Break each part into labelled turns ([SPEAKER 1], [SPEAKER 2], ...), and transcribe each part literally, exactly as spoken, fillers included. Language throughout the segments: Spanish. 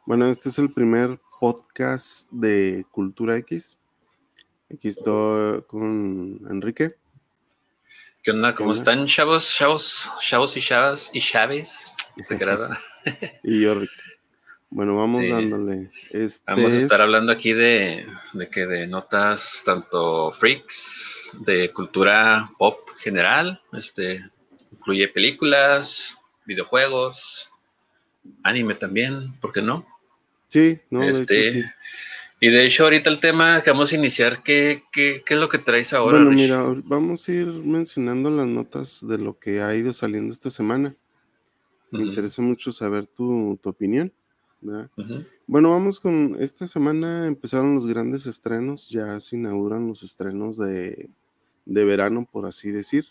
[SPEAKER 1] Bueno, este es el primer podcast de Cultura X. Aquí estoy con Enrique.
[SPEAKER 2] ¿Qué onda?
[SPEAKER 1] ¿Qué
[SPEAKER 2] ¿Cómo
[SPEAKER 1] onda?
[SPEAKER 2] están, chavos? Chavos, chavos y chavas y chaves. ¿Te agrada?
[SPEAKER 1] Y yo, Rick. Bueno, vamos
[SPEAKER 2] Sí.
[SPEAKER 1] dándole.
[SPEAKER 2] Vamos a
[SPEAKER 1] Este
[SPEAKER 2] estar
[SPEAKER 1] es,
[SPEAKER 2] hablando aquí de, de que de notas tanto freaks, de cultura pop general, este, incluye películas, videojuegos, anime también, ¿por qué no?
[SPEAKER 1] sí, no, de hecho
[SPEAKER 2] Este,
[SPEAKER 1] sí.
[SPEAKER 2] y de hecho ahorita el tema que vamos a iniciar, ¿qué, qué, qué es lo que traes ahora,
[SPEAKER 1] Bueno,
[SPEAKER 2] Rich?
[SPEAKER 1] mira, vamos a ir mencionando las notas de lo que ha ido saliendo esta semana. Me
[SPEAKER 2] Uh-huh,
[SPEAKER 1] interesa mucho saber tu, tu opinión, ¿verdad?
[SPEAKER 2] uh-huh.
[SPEAKER 1] Bueno, vamos con esta semana. Empezaron los grandes estrenos, ya se inauguran los estrenos de, de verano, por así decir.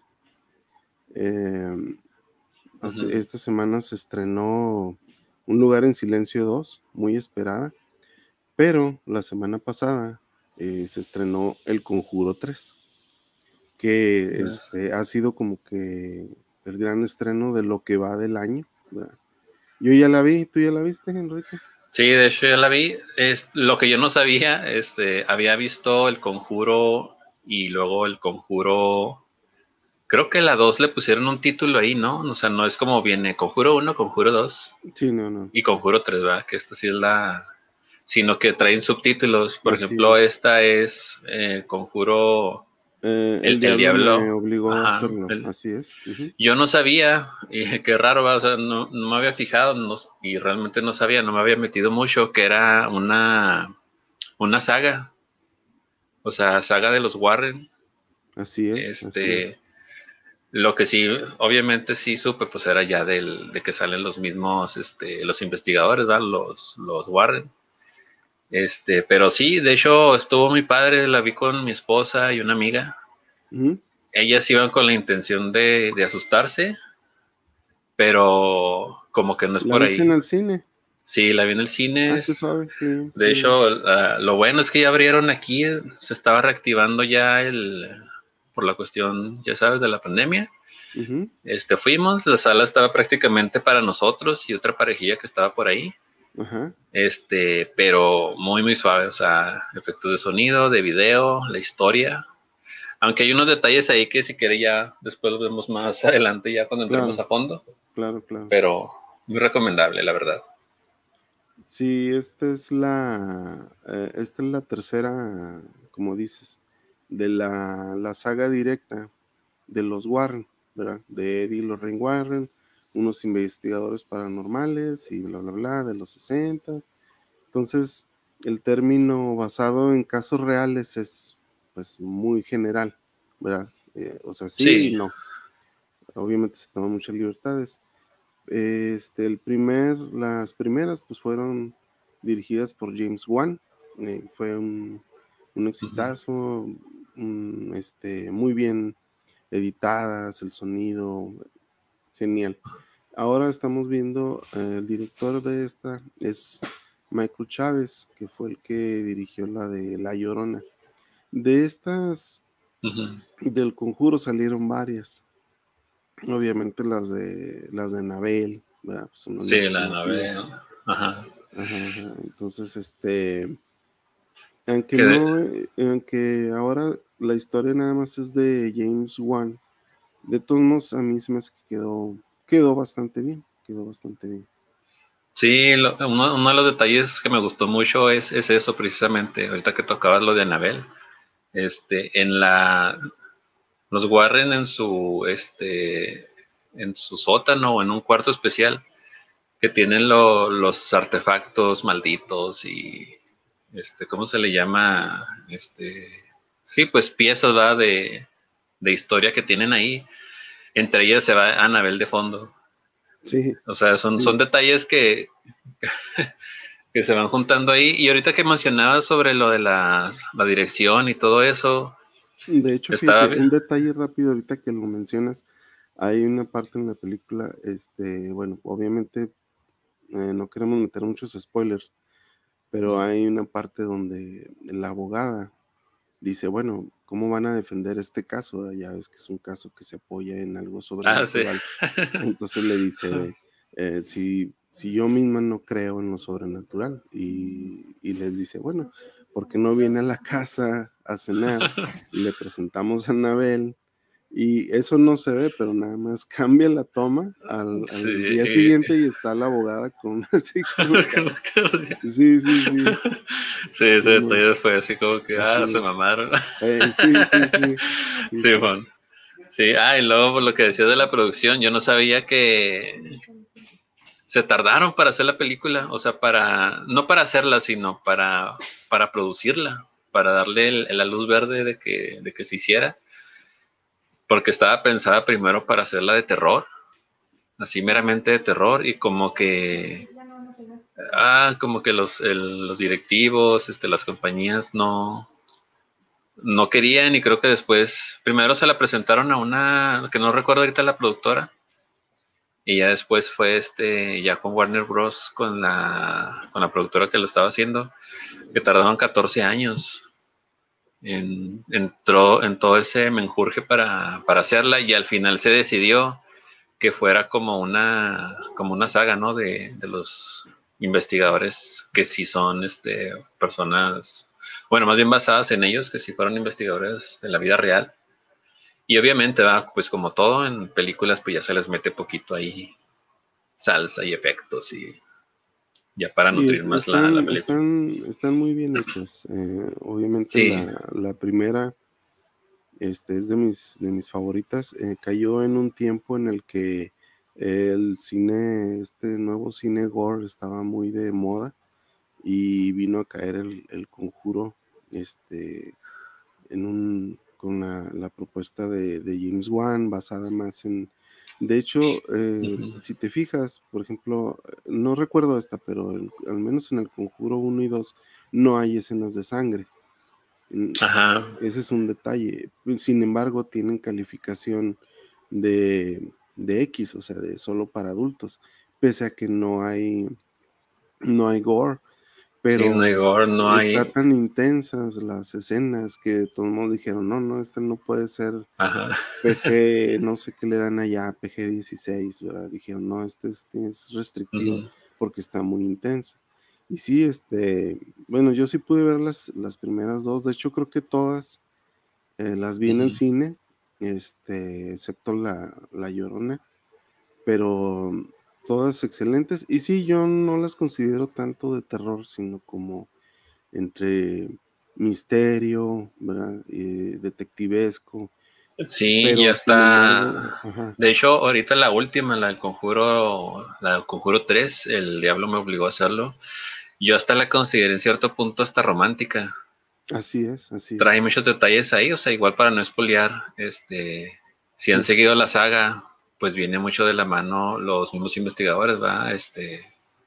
[SPEAKER 1] Eh, hace-
[SPEAKER 2] Uh-huh.
[SPEAKER 1] esta semana se estrenó Un lugar en silencio dos, muy esperada, pero la semana pasada eh, se estrenó El Conjuro tres, que este, ha sido como que el gran estreno de lo que va del año, ¿verdad? Yo ya la vi, ¿tú ya la viste, Enrique?
[SPEAKER 2] Sí, de hecho ya la vi. Es lo que yo no sabía, este, había visto El Conjuro y luego El Conjuro, creo que la dos le pusieron un título ahí, ¿no? O sea, no es como viene Conjuro uno, Conjuro dos
[SPEAKER 1] Sí, no, no,
[SPEAKER 2] y Conjuro tres, ¿verdad? Que esta sí es la, sino que traen subtítulos. Por
[SPEAKER 1] así
[SPEAKER 2] ejemplo,
[SPEAKER 1] es.
[SPEAKER 2] esta es eh, Conjuro,
[SPEAKER 1] Eh,
[SPEAKER 2] el,
[SPEAKER 1] el
[SPEAKER 2] el
[SPEAKER 1] diablo me
[SPEAKER 2] Diablo.
[SPEAKER 1] obligó a
[SPEAKER 2] Ajá.
[SPEAKER 1] hacerlo,
[SPEAKER 2] el-
[SPEAKER 1] así es. Ujú.
[SPEAKER 2] yo no sabía, y qué raro, ¿va? O sea, no, no me había fijado no, y realmente no sabía, no me había metido mucho que era una una saga, o sea, saga de los Warren.
[SPEAKER 1] Así es, así
[SPEAKER 2] Este,
[SPEAKER 1] es.
[SPEAKER 2] lo que sí, obviamente sí supe, pues era ya del, de que salen los mismos, este, los investigadores, ¿verdad? Los, los Warren. Este, pero sí, de hecho estuvo muy padre, la vi con mi esposa y una amiga.
[SPEAKER 1] Ujú.
[SPEAKER 2] Ellas iban con la intención de, de asustarse, pero como que no es
[SPEAKER 1] ¿La
[SPEAKER 2] por
[SPEAKER 1] viste
[SPEAKER 2] ahí.
[SPEAKER 1] en el cine?
[SPEAKER 2] Sí, la vi en el cine.
[SPEAKER 1] Ah, qué suave, qué bien,
[SPEAKER 2] De
[SPEAKER 1] qué bien.
[SPEAKER 2] hecho, uh, lo bueno es que ya abrieron aquí, se estaba reactivando ya el, por la cuestión, ya sabes, de la pandemia.
[SPEAKER 1] Ujú.
[SPEAKER 2] Este, fuimos, la sala estaba prácticamente para nosotros y otra parejilla que estaba por ahí.
[SPEAKER 1] Ajá.
[SPEAKER 2] Este, pero muy, muy suave, o sea, efectos de sonido, de video, la historia. Aunque hay unos detalles ahí que si quiere ya después los vemos más adelante, ya cuando entremos
[SPEAKER 1] Claro,
[SPEAKER 2] a fondo.
[SPEAKER 1] claro, claro.
[SPEAKER 2] Pero muy recomendable, la verdad.
[SPEAKER 1] Sí, esta es la, eh, esta es la tercera, como dices, de la, la saga directa de los Warren, ¿verdad? De Eddie y Lorraine Warren, unos investigadores paranormales y bla, bla, bla, de los sesenta. Entonces, el término basado en casos reales es, pues, muy general, ¿verdad? Eh, o sea, sí y
[SPEAKER 2] Sí.
[SPEAKER 1] no. Obviamente se toman muchas libertades. Este, el primer, las primeras pues fueron dirigidas por James Wan. Eh, fue un, un
[SPEAKER 2] Uh-huh.
[SPEAKER 1] exitazo, un, este, muy bien editadas, el sonido, genial. Ahora estamos viendo, eh, el director de esta es Michael Chávez, que fue el que dirigió la de La Llorona. De estas,
[SPEAKER 2] Uh-huh.
[SPEAKER 1] del Conjuro salieron varias. Obviamente las de las de Anabel, ¿verdad? Pues son las más
[SPEAKER 2] Sí, la nave.
[SPEAKER 1] conocidas.
[SPEAKER 2] Ajá.
[SPEAKER 1] Ajá, ajá. Entonces, este, aunque
[SPEAKER 2] Que de,
[SPEAKER 1] no, eh, aunque ahora la historia nada más es de James Wan, de todos modos a mí se me hace que quedó, quedó bastante bien, quedó bastante bien.
[SPEAKER 2] sí, lo- uno, uno de los detalles que me gustó mucho es, es eso precisamente, ahorita que tocabas lo de Anabel, este, en la, los Warren en su, este, en su sótano o en un cuarto especial que tienen lo- los artefactos malditos y, este, ¿cómo se le llama? Este, sí, pues piezas, ¿verdad? De, de historia que tienen ahí, entre ellas se va Anabel de fondo.
[SPEAKER 1] Sí,
[SPEAKER 2] O sea, son, son
[SPEAKER 1] sí.
[SPEAKER 2] detalles que, que se van juntando ahí. Y ahorita que mencionabas sobre lo de las, la dirección y todo eso,
[SPEAKER 1] De hecho,
[SPEAKER 2] estaba
[SPEAKER 1] fíjate,
[SPEAKER 2] bien.
[SPEAKER 1] un detalle rápido ahorita que lo mencionas, hay una parte en la película, este, bueno, obviamente eh, no queremos meter muchos spoilers, pero hay una parte donde la abogada dice, bueno, ¿cómo van a defender este caso? Ya ves que es un caso que se apoya en algo
[SPEAKER 2] Ah, sí.
[SPEAKER 1] sobrenatural. Entonces le dice, eh, si, si yo misma no creo en lo sobrenatural? Y, y les dice, bueno, ¿por qué no viene a la casa a cenar? Y le presentamos a Anabel. Y eso no se ve, pero nada más cambia la toma al, al día
[SPEAKER 2] Sí.
[SPEAKER 1] siguiente y está la abogada con así como cara. Sí, sí, sí.
[SPEAKER 2] Sí, ese
[SPEAKER 1] Sí, no,
[SPEAKER 2] detalle fue así como que, ah,
[SPEAKER 1] así
[SPEAKER 2] se
[SPEAKER 1] es.
[SPEAKER 2] mamaron.
[SPEAKER 1] Eh, sí, sí, sí. Sí,
[SPEAKER 2] Sí,
[SPEAKER 1] sí.
[SPEAKER 2] Juan. Sí, ah, y luego por lo que decías de la producción, yo no sabía que se tardaron para hacer la película, o sea, para, no para hacerla, sino para, para producirla, para darle el, la luz verde de que, de que se hiciera, porque estaba pensada primero para hacerla de terror, así meramente de terror, y como que, ah, como que los, el, los directivos, este, las compañías no, no querían, y creo que después, primero se la presentaron a una, que no recuerdo ahorita la productora, y ya después fue este, ya con Warner Bros. Con la, con la productora que lo estaba haciendo, que tardaron catorce años en, en, tro, en todo ese menjurje para, para hacerla, y al final se decidió que fuera como una, como una saga, ¿no? De, de los investigadores que sí son este, personas, bueno, más bien basadas en ellos, que sí fueron investigadores de la vida real. Y obviamente, ¿va? Pues como todo en películas, pues ya se les mete poquito ahí salsa y efectos y ya para
[SPEAKER 1] Sí,
[SPEAKER 2] nutrir
[SPEAKER 1] es-
[SPEAKER 2] más la, la
[SPEAKER 1] están,
[SPEAKER 2] película.
[SPEAKER 1] están, están muy bien hechas. Eh, obviamente
[SPEAKER 2] Sí,
[SPEAKER 1] la, la primera este, es de mis, de mis favoritas. Eh, cayó en un tiempo en el que el cine, este nuevo cine gore estaba muy de moda y vino a caer el, el Conjuro, este, en un, con la, la propuesta de, de James Wan, basada más en... De hecho, eh,
[SPEAKER 2] uh-huh.
[SPEAKER 1] si te fijas, por ejemplo, no recuerdo esta, pero el, al menos en el Conjuro uno y dos no hay escenas de sangre.
[SPEAKER 2] Ajá.
[SPEAKER 1] Ese es un detalle. Sin embargo, tienen calificación de, de X, o sea, de solo para adultos, pese a que no hay, no hay gore,
[SPEAKER 2] Sí, no
[SPEAKER 1] pero
[SPEAKER 2] hay gore, no
[SPEAKER 1] está
[SPEAKER 2] hay.
[SPEAKER 1] tan intensas las escenas que todos mundo dijeron, no, no, este no puede ser
[SPEAKER 2] Ajá.
[SPEAKER 1] P G, no sé qué le dan allá, P G dieciséis, ¿verdad? Dijeron, no, este es, es restrictiva
[SPEAKER 2] Uh-huh.
[SPEAKER 1] porque está muy intensa. Y sí, este, bueno, yo sí pude ver las, las primeras dos, de hecho creo que todas eh, las vi en el
[SPEAKER 2] Uh-huh.
[SPEAKER 1] cine, este, excepto la, la Llorona, pero todas excelentes. Y sí, yo no las considero tanto de terror, sino como entre misterio, ¿verdad? Eh, detectivesco,
[SPEAKER 2] Sí, ya
[SPEAKER 1] pero sin embargo,
[SPEAKER 2] está.
[SPEAKER 1] ajá,
[SPEAKER 2] De hecho, ahorita la última, la del Conjuro, la del Conjuro tres, el diablo me obligó a hacerlo. Yo hasta la consideré en cierto punto hasta romántica.
[SPEAKER 1] así es, así
[SPEAKER 2] Trae
[SPEAKER 1] es.
[SPEAKER 2] muchos detalles ahí, o sea, igual para no espolear, este, si han
[SPEAKER 1] Sí,
[SPEAKER 2] seguido la saga, pues viene mucho de la mano los mismos investigadores, ¿va? Este,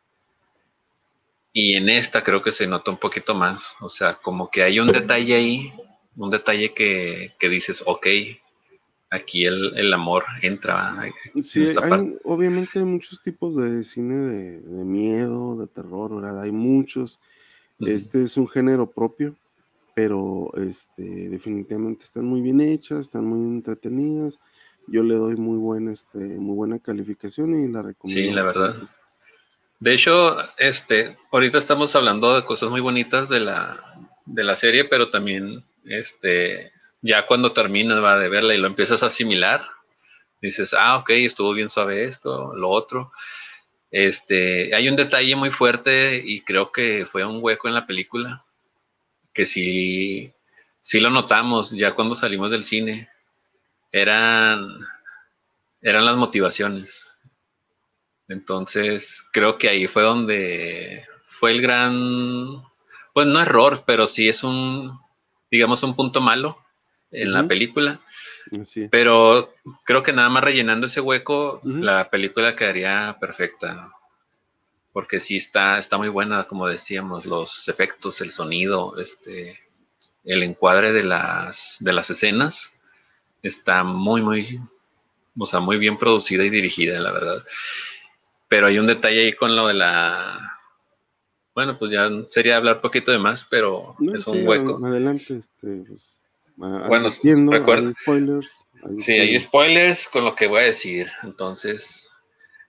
[SPEAKER 2] y en esta creo que se nota un poquito más, o sea, como que hay un detalle ahí, un detalle que, que dices, ok, aquí el, el amor entra, ¿va? En
[SPEAKER 1] sí,
[SPEAKER 2] esta
[SPEAKER 1] hay,
[SPEAKER 2] parte.
[SPEAKER 1] obviamente hay muchos tipos de cine de, de miedo, de terror, ¿verdad? Hay muchos.
[SPEAKER 2] Uh-huh.
[SPEAKER 1] Este es un género propio, pero este, definitivamente están muy bien hechas, están muy entretenidas. Yo le doy muy buena, este, muy buena calificación y la
[SPEAKER 2] Sí,
[SPEAKER 1] recomiendo
[SPEAKER 2] la verdad.
[SPEAKER 1] bastante.
[SPEAKER 2] De hecho, este, ahorita estamos hablando de cosas muy bonitas de la, de la serie, pero también, este, ya cuando terminas va de verla y lo empiezas a asimilar, dices, ah, ok, estuvo bien suave esto, lo otro. Este, hay un detalle muy fuerte y creo que fue un hueco en la película, que sí, sí lo notamos ya cuando salimos del cine. Eran, eran las motivaciones. Entonces, creo que ahí fue donde fue el gran, pues no error, pero sí es un, digamos, un punto malo en la
[SPEAKER 1] Ujú,
[SPEAKER 2] película.
[SPEAKER 1] así es.
[SPEAKER 2] Pero creo que nada más rellenando ese hueco,
[SPEAKER 1] Ujú,
[SPEAKER 2] la película quedaría perfecta. Porque sí está, está muy buena, como decíamos, los efectos, el sonido, este, el encuadre de las, de las escenas está muy, muy, o sea, muy bien producida y dirigida, la verdad. Pero hay un detalle ahí con lo de la. Bueno, pues ya sería hablar poquito de más, pero
[SPEAKER 1] no,
[SPEAKER 2] es
[SPEAKER 1] sí,
[SPEAKER 2] un
[SPEAKER 1] a-
[SPEAKER 2] hueco.
[SPEAKER 1] adelante, este, pues, a-
[SPEAKER 2] Bueno,
[SPEAKER 1] advirtiendo,
[SPEAKER 2] recuerda.
[SPEAKER 1] hay spoilers, hay
[SPEAKER 2] Sí, hay
[SPEAKER 1] spoilers.
[SPEAKER 2] spoilers con lo que voy a decir. Entonces,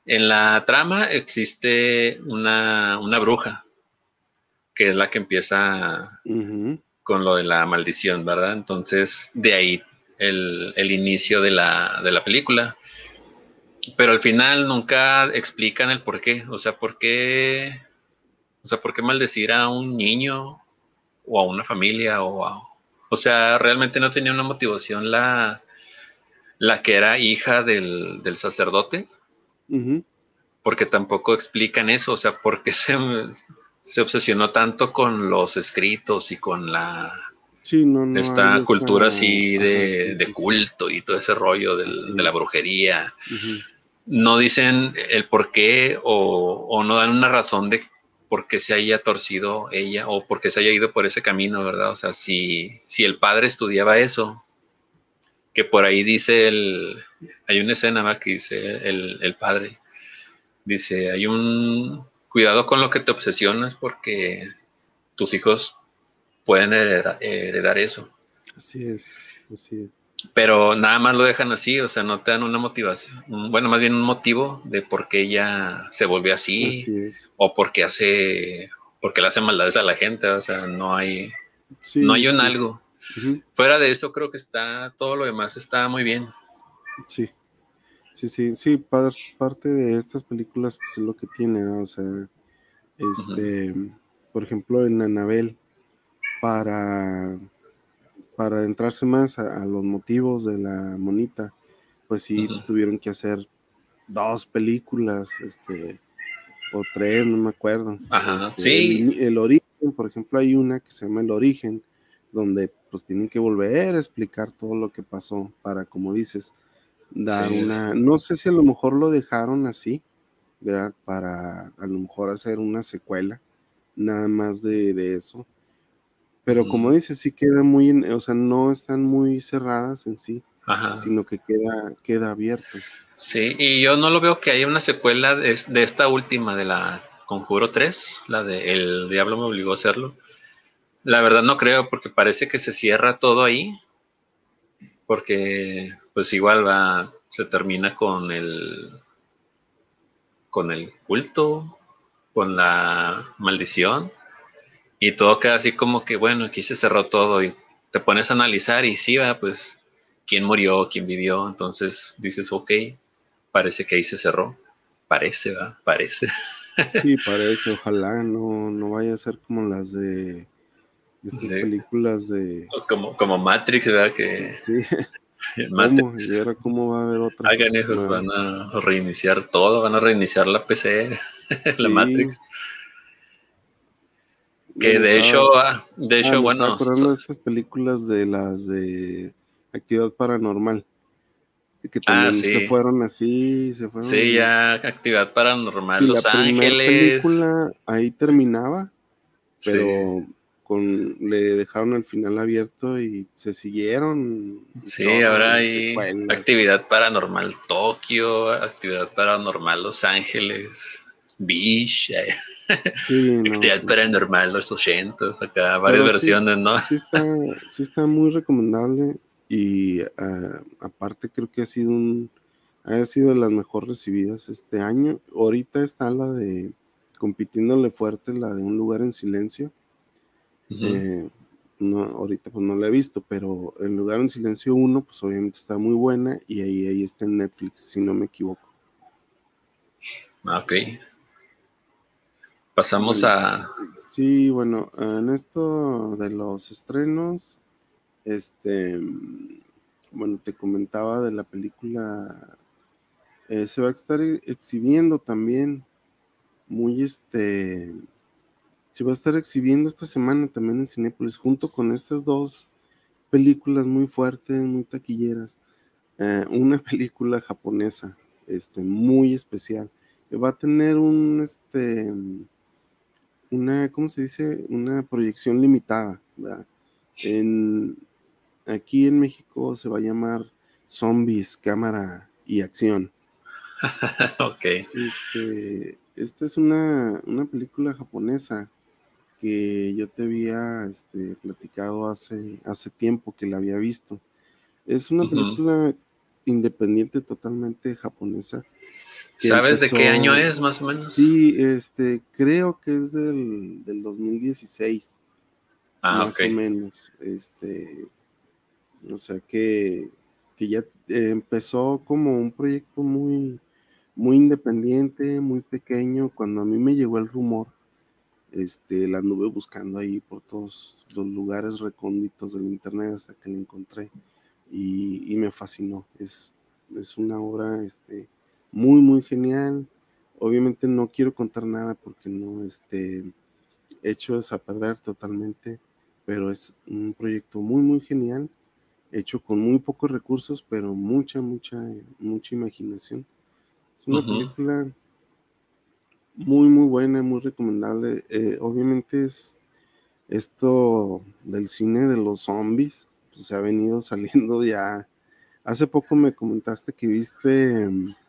[SPEAKER 2] En la trama existe una, una bruja, que es la que empieza
[SPEAKER 1] Ujú,
[SPEAKER 2] con lo de la maldición, ¿verdad? Entonces, de ahí el, el inicio de la, de la película. Pero al final nunca explican el por qué. O sea, por qué, o sea, por qué maldecir a un niño o a una familia o a, o sea, realmente no tenía una motivación la, la que era hija del, del sacerdote,
[SPEAKER 1] ujú.
[SPEAKER 2] porque tampoco explican eso, o sea, por qué se, se obsesionó tanto con los escritos y con la
[SPEAKER 1] Sí, no, no hay
[SPEAKER 2] esta
[SPEAKER 1] esa.
[SPEAKER 2] cultura así
[SPEAKER 1] Ajá,
[SPEAKER 2] de,
[SPEAKER 1] sí,
[SPEAKER 2] de
[SPEAKER 1] sí, sí.
[SPEAKER 2] culto y todo ese rollo del,
[SPEAKER 1] Así
[SPEAKER 2] de la
[SPEAKER 1] es.
[SPEAKER 2] brujería.
[SPEAKER 1] Ujú.
[SPEAKER 2] No dicen el por qué o, o no dan una razón de por qué se haya torcido ella o por qué se haya ido por ese camino, ¿verdad? O sea, si, si el padre estudiaba eso, que por ahí dice el, hay una escena ¿va? Que dice el, el padre, dice, hay un cuidado con lo que te obsesionas porque tus hijos pueden heredar, heredar eso.
[SPEAKER 1] Así es, así es,
[SPEAKER 2] Pero nada más lo dejan así, o sea, no te dan una motivación, bueno, más bien un motivo de por qué ella se volvió así
[SPEAKER 1] así es.
[SPEAKER 2] o por qué hace, porque le hace maldades a la gente, o sea, no hay, no
[SPEAKER 1] Sí,
[SPEAKER 2] hay un
[SPEAKER 1] sí.
[SPEAKER 2] algo.
[SPEAKER 1] Ujú.
[SPEAKER 2] Fuera de eso creo que está, todo lo demás está muy bien.
[SPEAKER 1] Sí, sí, sí, sí, par- parte de estas películas pues, es lo que tiene, ¿no? O sea,
[SPEAKER 2] Uh -huh,
[SPEAKER 1] este, por ejemplo, en Annabelle, para, para adentrarse más a, a los motivos de la monita, pues
[SPEAKER 2] uh
[SPEAKER 1] sí
[SPEAKER 2] -huh,
[SPEAKER 1] tuvieron que hacer dos películas, este, o tres, no me acuerdo.
[SPEAKER 2] ajá,
[SPEAKER 1] Este, el,
[SPEAKER 2] sí,
[SPEAKER 1] ini- el origen, por ejemplo, hay una que se llama El Origen, donde pues tienen que volver a explicar todo lo que pasó para, como dices, dar
[SPEAKER 2] sí, sí.
[SPEAKER 1] una, no sé si a lo mejor lo dejaron así, ¿verdad? Para a lo mejor hacer una secuela, nada más de, de eso.
[SPEAKER 2] Uh
[SPEAKER 1] Pero como
[SPEAKER 2] -huh,
[SPEAKER 1] dices, sí queda muy, en- o sea, no están muy cerradas en sí,
[SPEAKER 2] ajá.
[SPEAKER 1] sino que queda, queda abierto.
[SPEAKER 2] Sí, y yo no lo veo que haya una secuela de, de esta última, de la Conjuro tres, la de El Diablo me obligó a hacerlo. La verdad no creo, porque parece que se cierra todo ahí, porque pues igual va, se termina con el, con el culto, con la maldición, y todo queda así como que, bueno, aquí se cerró todo, y te pones a analizar y sí, va, pues, quién murió, quién vivió, entonces dices, ok, parece que ahí se cerró, parece, va, parece.
[SPEAKER 1] Sí, parece, ojalá no, no vaya a ser como las de estas
[SPEAKER 2] Sí,
[SPEAKER 1] películas de,
[SPEAKER 2] como, como Matrix, ¿verdad? Que
[SPEAKER 1] sí, ¿cómo?
[SPEAKER 2] Matrix
[SPEAKER 1] Y ahora cómo va a haber otra.
[SPEAKER 2] hagan eso,
[SPEAKER 1] ¿Verdad?
[SPEAKER 2] van a reiniciar todo, van a reiniciar la P C, la
[SPEAKER 1] Sí,
[SPEAKER 2] Matrix. Que
[SPEAKER 1] bueno,
[SPEAKER 2] de
[SPEAKER 1] estaba,
[SPEAKER 2] hecho, ah, de
[SPEAKER 1] ah,
[SPEAKER 2] hecho,
[SPEAKER 1] me estaba
[SPEAKER 2] bueno,
[SPEAKER 1] acordando de estas películas de las de Actividad Paranormal, que
[SPEAKER 2] ah,
[SPEAKER 1] también se
[SPEAKER 2] sí,
[SPEAKER 1] fueron así, se
[SPEAKER 2] sí,
[SPEAKER 1] fueron.
[SPEAKER 2] ya Actividad
[SPEAKER 1] Sí,
[SPEAKER 2] Paranormal
[SPEAKER 1] la
[SPEAKER 2] Los
[SPEAKER 1] primer
[SPEAKER 2] Ángeles,
[SPEAKER 1] película ahí terminaba,
[SPEAKER 2] sí,
[SPEAKER 1] pero con le dejaron el final abierto y se siguieron un
[SPEAKER 2] sí,
[SPEAKER 1] chorro
[SPEAKER 2] ahora
[SPEAKER 1] de
[SPEAKER 2] hay
[SPEAKER 1] secuelas.
[SPEAKER 2] Actividad Paranormal Tokio, Actividad Paranormal Los Ángeles, Beach, eh,
[SPEAKER 1] Sí, no,
[SPEAKER 2] Actividad
[SPEAKER 1] sí, sí.
[SPEAKER 2] Paranormal Los ochentas, acá varias
[SPEAKER 1] Pero sí,
[SPEAKER 2] versiones, ¿no?
[SPEAKER 1] sí está, sí está muy recomendable y ah, aparte creo que ha sido un, ha sido de las mejor recibidas este año. Ahorita está la de compitiéndole fuerte, la de Un Lugar en Silencio.
[SPEAKER 2] Uh -huh.
[SPEAKER 1] Eh, no, ahorita pues no la he visto, pero El Lugar en Silencio uno pues obviamente está muy buena y ahí, ahí está en Netflix, si no me equivoco.
[SPEAKER 2] Ah, ok, pasamos
[SPEAKER 1] Bueno,
[SPEAKER 2] a...
[SPEAKER 1] sí, bueno, en esto de los estrenos. Este, bueno, te comentaba de la película, eh, se va a estar e- exhibiendo también, muy este, se va a estar exhibiendo esta semana también en Cinépolis, junto con estas dos películas muy fuertes, muy taquilleras. Eh, una película japonesa, este, muy especial. Va a tener un, este, una, ¿cómo se dice? Una proyección limitada, ¿verdad? En, Aquí en México se va a llamar Zombies, Cámara y Acción.
[SPEAKER 2] ok,
[SPEAKER 1] Este, esta es una, una película japonesa que yo te había este, platicado hace, hace tiempo que la había visto. Es una
[SPEAKER 2] uh -huh.
[SPEAKER 1] película independiente totalmente japonesa. Que
[SPEAKER 2] ¿Sabes de
[SPEAKER 1] empezó,
[SPEAKER 2] qué año es, más o menos?
[SPEAKER 1] Sí, este, creo que es del, del dos mil dieciséis,
[SPEAKER 2] Ah,
[SPEAKER 1] más
[SPEAKER 2] ok.
[SPEAKER 1] o menos. Este, o sea que, que ya eh, empezó como un proyecto muy, muy independiente, muy pequeño. Cuando a mí me llegó el rumor, este, la anduve buscando ahí por todos los lugares recónditos del internet hasta que la encontré y, y me fascinó. Es, es una obra este, muy, muy genial. Obviamente no quiero contar nada porque no, este, hecho es a perder totalmente, pero es un proyecto muy, muy genial, hecho con muy pocos recursos, pero mucha, mucha, mucha imaginación. Es una
[SPEAKER 2] Ujú.
[SPEAKER 1] película muy, muy buena, muy recomendable. Eh, obviamente es esto del cine de los zombies, pues se ha venido saliendo ya. Hace poco me comentaste que viste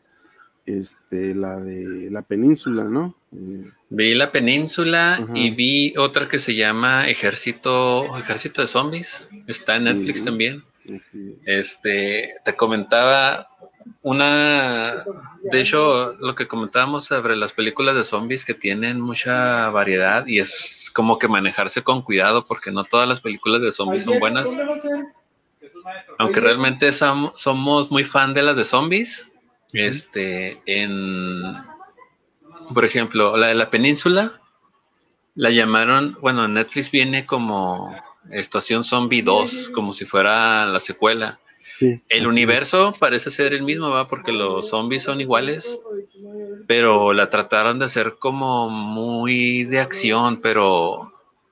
[SPEAKER 1] este, la de la península, ¿no? Eh,
[SPEAKER 2] Vi La Península y
[SPEAKER 1] ajá.
[SPEAKER 2] vi otra que se llama Ejército, Ejército de Zombies. Está en Netflix
[SPEAKER 1] Ujú,
[SPEAKER 2] también.
[SPEAKER 1] así es.
[SPEAKER 2] Este, te comentaba una, de hecho, lo que comentábamos sobre las películas de zombies que tienen mucha variedad y es como que manejarse con cuidado porque no todas las películas de zombies son buenas.
[SPEAKER 1] ¿Dónde va a ser?
[SPEAKER 2] Aunque realmente som- somos muy fan de las de zombies.
[SPEAKER 1] Ujú.
[SPEAKER 2] Este, en, por ejemplo, la de la península, la llamaron, bueno, en Netflix viene como Estación Zombie dos, como si fuera la secuela.
[SPEAKER 1] Sí,
[SPEAKER 2] El
[SPEAKER 1] así es.
[SPEAKER 2] universo parece ser el mismo, ¿va? Porque los zombies son iguales, pero la trataron de hacer como muy de acción, pero,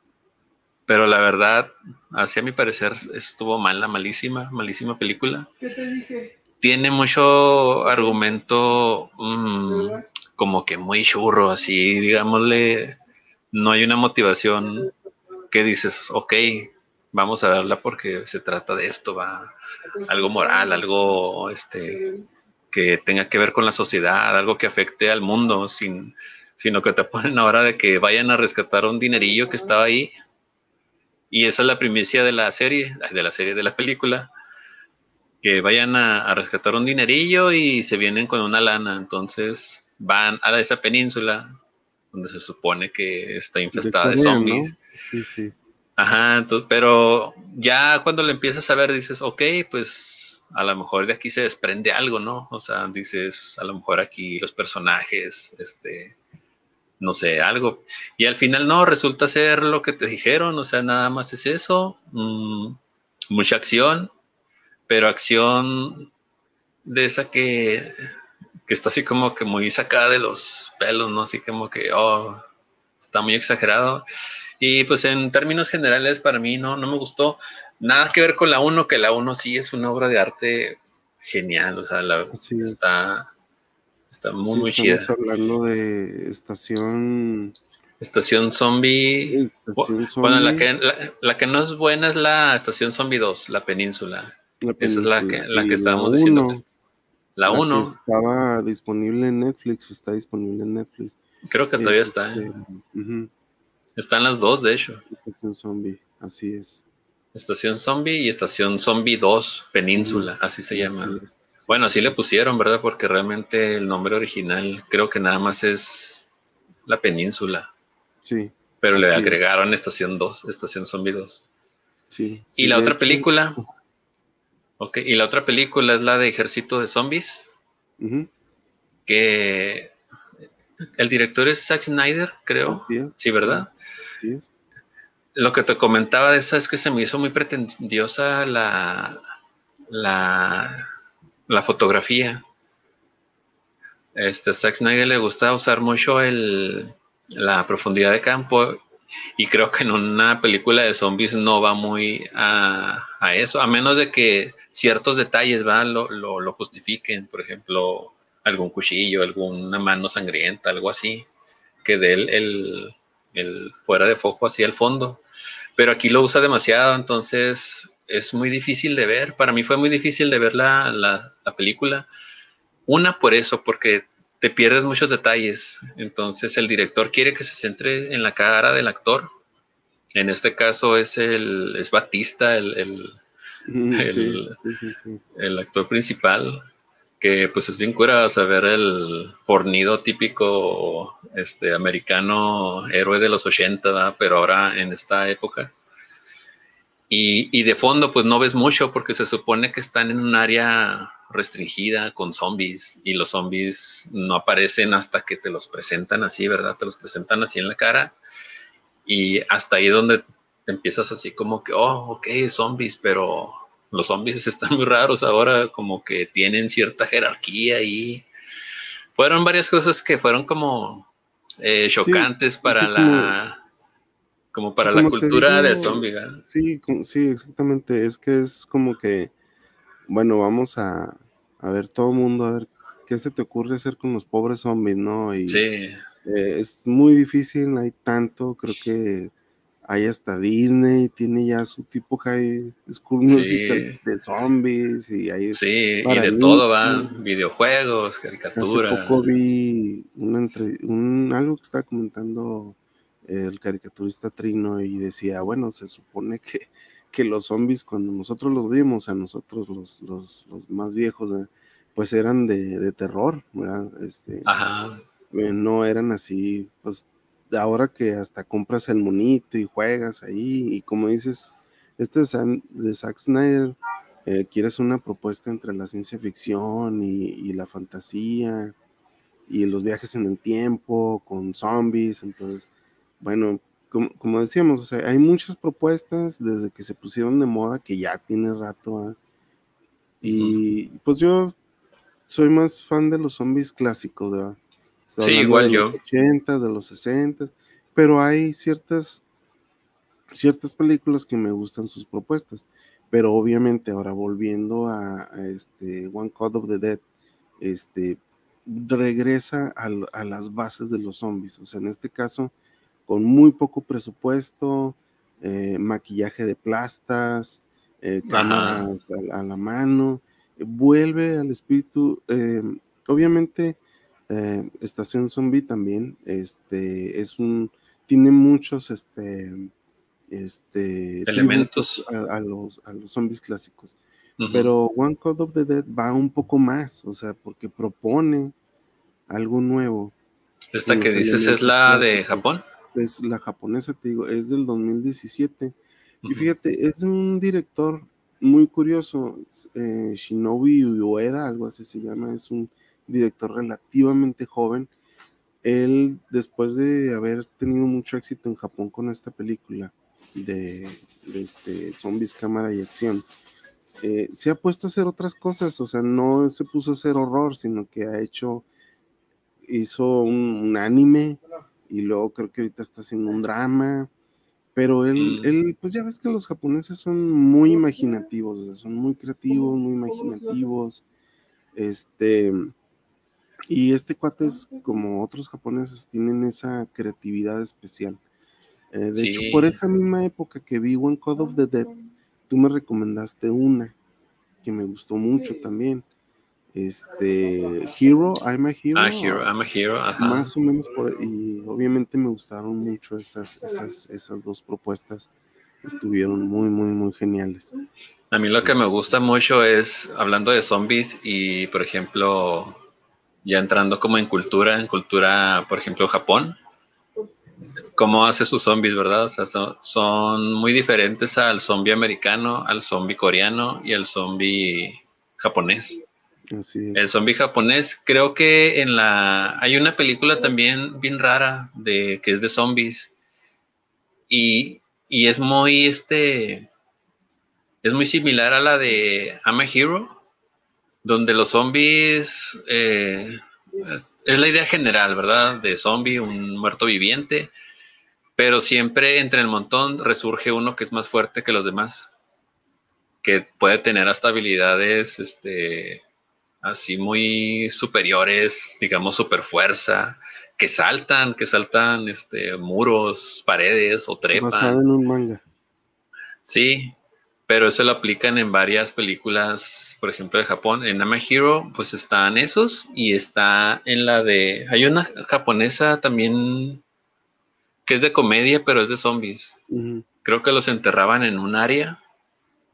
[SPEAKER 2] pero la verdad, hacia mi parecer, estuvo mala, malísima, malísima película.
[SPEAKER 1] ¿Qué te dije?
[SPEAKER 2] Tiene mucho argumento mmm, como que muy churro, así, digámosle, no hay una motivación que dices, ok, vamos a verla porque se trata de esto, va, algo moral, algo este, que tenga que ver con la sociedad, algo que afecte al mundo, sin, sino que te ponen ahora de que vayan a rescatar un dinerillo que estaba ahí, y esa es la primicia de la serie, de la serie de la película, que vayan a, a rescatar un dinerillo y se vienen con una lana, entonces van a esa península donde se supone que está
[SPEAKER 1] De
[SPEAKER 2] infestada de
[SPEAKER 1] Corea,
[SPEAKER 2] zombies.
[SPEAKER 1] ¿no? Sí, sí.
[SPEAKER 2] Ajá, entonces, pero ya cuando le empiezas a ver dices, ok, pues a lo mejor de aquí se desprende algo, ¿no? O sea, dices, a lo mejor aquí los personajes, este, no sé, algo. Y al final no, resulta ser lo que te dijeron, o sea, nada más es eso, mmm, mucha acción, pero acción de esa que, que está así como que muy sacada de los pelos, ¿no? Así como que, oh, está muy exagerado. Y pues en términos generales para mí no, no me gustó nada que ver con la uno, que la uno sí es una obra de arte genial, o sea, la,
[SPEAKER 1] Así es.
[SPEAKER 2] está, está muy,
[SPEAKER 1] Sí,
[SPEAKER 2] muy
[SPEAKER 1] estamos
[SPEAKER 2] chida.
[SPEAKER 1] hablando de estación,
[SPEAKER 2] Estación Zombie,
[SPEAKER 1] estación
[SPEAKER 2] bueno, la
[SPEAKER 1] zombie,
[SPEAKER 2] que, la, la que no es buena es la Estación Zombie dos, la península.
[SPEAKER 1] la
[SPEAKER 2] Esa es la que,
[SPEAKER 1] península.
[SPEAKER 2] la que
[SPEAKER 1] Y la
[SPEAKER 2] estábamos diciendo que
[SPEAKER 1] uno,
[SPEAKER 2] es la
[SPEAKER 1] la que
[SPEAKER 2] uno,
[SPEAKER 1] estaba disponible en Netflix, está disponible en Netflix.
[SPEAKER 2] creo que todavía
[SPEAKER 1] Es
[SPEAKER 2] está, ¿eh?
[SPEAKER 1] este, ujú,
[SPEAKER 2] Están las dos, de hecho.
[SPEAKER 1] estación zombie, así es.
[SPEAKER 2] Estación Zombie y Estación Zombie dos
[SPEAKER 1] Ujú,
[SPEAKER 2] Península, así se
[SPEAKER 1] así
[SPEAKER 2] llama.
[SPEAKER 1] es. Sí,
[SPEAKER 2] Bueno,
[SPEAKER 1] sí,
[SPEAKER 2] así le
[SPEAKER 1] sí.
[SPEAKER 2] pusieron, ¿verdad? Porque realmente el nombre original creo que nada más es la península,
[SPEAKER 1] Sí,
[SPEAKER 2] pero le
[SPEAKER 1] así es.
[SPEAKER 2] agregaron Estación dos, Estación Zombie dos.
[SPEAKER 1] Sí,
[SPEAKER 2] Y
[SPEAKER 1] sí,
[SPEAKER 2] la
[SPEAKER 1] de
[SPEAKER 2] otra
[SPEAKER 1] hecho.
[SPEAKER 2] película, ok, y la otra película es la de Ejército de Zombies,
[SPEAKER 1] Ujú,
[SPEAKER 2] que el director es Zack Snyder, creo.
[SPEAKER 1] así es,
[SPEAKER 2] Sí,
[SPEAKER 1] sí,
[SPEAKER 2] ¿verdad?
[SPEAKER 1] así es.
[SPEAKER 2] Lo que te comentaba de esa es que se me hizo muy pretendiosa la, la, la fotografía. Este, Zack Snyder le gusta usar mucho el, la profundidad de campo y creo que en una película de zombies no va muy a, a eso, a menos de que ciertos detalles ¿va? Lo, lo, lo justifiquen, por ejemplo, algún cuchillo, alguna mano sangrienta, algo así, que dé el, el, el fuera de foco hacia el fondo. Pero aquí lo usa demasiado, entonces es muy difícil de ver. Para mí fue muy difícil de ver la, la, la película una por eso, porque te pierdes muchos detalles. Entonces el director quiere que se centre en la cara del actor. En este caso es el es Batista, el, el,
[SPEAKER 1] Mm, sí,
[SPEAKER 2] el,
[SPEAKER 1] sí, sí, sí.
[SPEAKER 2] el actor principal, que pues es bien cura saber el fornido típico este americano héroe de los ochenta, ¿verdad? Pero ahora en esta época. Y, y de fondo pues no ves mucho porque se supone que están en un área restringida con zombies y los zombies no aparecen hasta que te los presentan así, ¿verdad? Te los presentan así en la cara y hasta ahí donde te empiezas así como que, oh, ok, zombies, pero los zombies están muy raros ahora, como que tienen cierta jerarquía y fueron varias cosas que fueron como eh,
[SPEAKER 1] Sí,
[SPEAKER 2] chocantes para
[SPEAKER 1] sí, como,
[SPEAKER 2] la, como
[SPEAKER 1] sí,
[SPEAKER 2] para la
[SPEAKER 1] como te
[SPEAKER 2] cultura del
[SPEAKER 1] digo,
[SPEAKER 2] zombie, ¿verdad?
[SPEAKER 1] sí, como- sí, exactamente. Es que es como que, bueno, vamos a, a ver todo el mundo, a ver qué se te ocurre hacer con los pobres zombies, ¿no? Y
[SPEAKER 2] Sí,
[SPEAKER 1] eh, es muy difícil, hay tanto, creo que hay hasta Disney, tiene ya su tipo High School Musical
[SPEAKER 2] sí,
[SPEAKER 1] de zombies y hay
[SPEAKER 2] sí, y
[SPEAKER 1] para
[SPEAKER 2] de todo va,
[SPEAKER 1] niños.
[SPEAKER 2] videojuegos,
[SPEAKER 1] Hace
[SPEAKER 2] caricatura.
[SPEAKER 1] poco vi una entre, un, algo que estaba comentando el caricaturista Trino y decía, bueno, se supone que, que los zombies cuando nosotros los vimos, a nosotros los, los, los más viejos, ¿verdad? Pues eran de, de terror, ¿verdad? Este,
[SPEAKER 2] Ajá,
[SPEAKER 1] eh, no eran así, pues ahora que hasta compras el monito y juegas ahí y como dices, este de, Sam- de Zack Snyder, eh, quieres una propuesta entre la ciencia ficción y, y la fantasía y los viajes en el tiempo con zombies, entonces, bueno, como, como decíamos, o sea, hay muchas propuestas desde que se pusieron de moda que ya tiene rato, ¿verdad?
[SPEAKER 2] ujú.
[SPEAKER 1] Y pues yo soy más fan de los zombies clásicos, ¿verdad? Estoy
[SPEAKER 2] Sí,
[SPEAKER 1] hablando de
[SPEAKER 2] igual
[SPEAKER 1] los
[SPEAKER 2] yo.
[SPEAKER 1] ochentas, de los sesentas, pero hay ciertas, ciertas películas que me gustan sus propuestas. Pero obviamente ahora volviendo a, a este One Cut of the Dead, este regresa a, a las bases de los zombies. O sea, en este caso, con muy poco presupuesto, eh, maquillaje de plastas, eh,
[SPEAKER 2] Ajá,
[SPEAKER 1] cámaras a, a, la mano, eh, vuelve al espíritu, eh, obviamente, eh, Estación Zombie también, este, es un, tiene muchos, este, este, tributos
[SPEAKER 2] elementos.
[SPEAKER 1] a, a los, a los zombies clásicos,
[SPEAKER 2] Ujú.
[SPEAKER 1] pero One Cut of the Dead va un poco más, o sea, porque propone algo nuevo
[SPEAKER 2] Esta
[SPEAKER 1] con
[SPEAKER 2] que
[SPEAKER 1] los
[SPEAKER 2] dices es
[SPEAKER 1] elementos
[SPEAKER 2] la de
[SPEAKER 1] clásicos.
[SPEAKER 2] Japón.
[SPEAKER 1] Es la japonesa, te digo, es del dos mil diecisiete. Y
[SPEAKER 2] Ujú.
[SPEAKER 1] fíjate, es un director muy curioso, eh, Shinobu Ueda, algo así se llama, es un director relativamente joven. Él, después de haber tenido mucho éxito en Japón con esta película de, de este, zombies, cámara y acción, eh, se ha puesto a hacer otras cosas, o sea, no se puso a hacer horror, sino que ha hecho hizo un, un anime y luego creo que ahorita está haciendo un drama, pero él,
[SPEAKER 2] Mm,
[SPEAKER 1] él, pues ya ves que los japoneses son muy imaginativos, o sea, son muy creativos, muy imaginativos, este, y este cuate es como otros japoneses, tienen esa creatividad especial. Eh, de hecho, por
[SPEAKER 2] sí,
[SPEAKER 1] esa misma época que vi One Code of the Dead, tú me recomendaste una que me gustó mucho también, este, Hero, I'm a
[SPEAKER 2] ah,
[SPEAKER 1] Hero,
[SPEAKER 2] Hero, I'm a Hero, ajá.
[SPEAKER 1] más o menos por, y obviamente me gustaron mucho esas, esas, esas dos propuestas, estuvieron muy, muy, muy geniales.
[SPEAKER 2] A mí lo que me
[SPEAKER 1] Este,
[SPEAKER 2] gusta mucho es, hablando de zombies y, por ejemplo, ya entrando como en cultura, en cultura, por ejemplo, Japón, cómo hace sus zombies, ¿verdad? O sea, son, son muy diferentes al zombie americano, al zombie coreano y al zombie japonés.
[SPEAKER 1] así
[SPEAKER 2] El
[SPEAKER 1] es.
[SPEAKER 2] zombie japonés, creo que en la hay una película también bien rara de que es de zombies y, y es muy este es muy similar a la de I'm a Hero, donde los zombies eh, es, es la idea general, ¿verdad? De zombie, un muerto viviente, pero siempre entre el montón resurge uno que es más fuerte que los demás, que puede tener hasta habilidades este, así muy superiores, digamos super fuerza, que saltan, que saltan este, muros, paredes o
[SPEAKER 1] Basada
[SPEAKER 2] trepan.
[SPEAKER 1] en un manga.
[SPEAKER 2] Sí, pero eso lo aplican en varias películas, por ejemplo, de Japón. En Ama Hero, pues están esos y está en la de... Hay una japonesa también que es de comedia, pero es de zombies.
[SPEAKER 1] Ujú.
[SPEAKER 2] Creo que los enterraban en un área